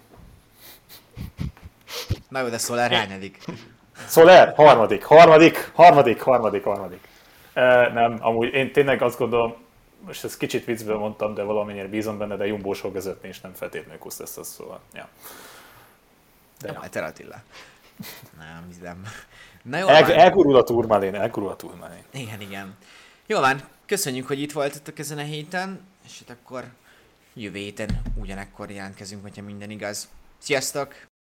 Na jó, de Soler hányadik? Soler, harmadik. Nem, amúgy én tényleg azt gondolom, most ezt kicsit viccből mondtam, de valamennyire bízom benne, de Jumbo-s fog vezetni, és nem feltétlenül Kusz lesz az, szóval. Ja. De ja. Te Attila. Nem. Na jó, elgurul a Tourmalet. Igen. Jó van, köszönjük, hogy itt voltatok ezen a héten, és hát akkor jövő héten ugyanekkor jelentkezünk, hogyha minden igaz. Sziasztok!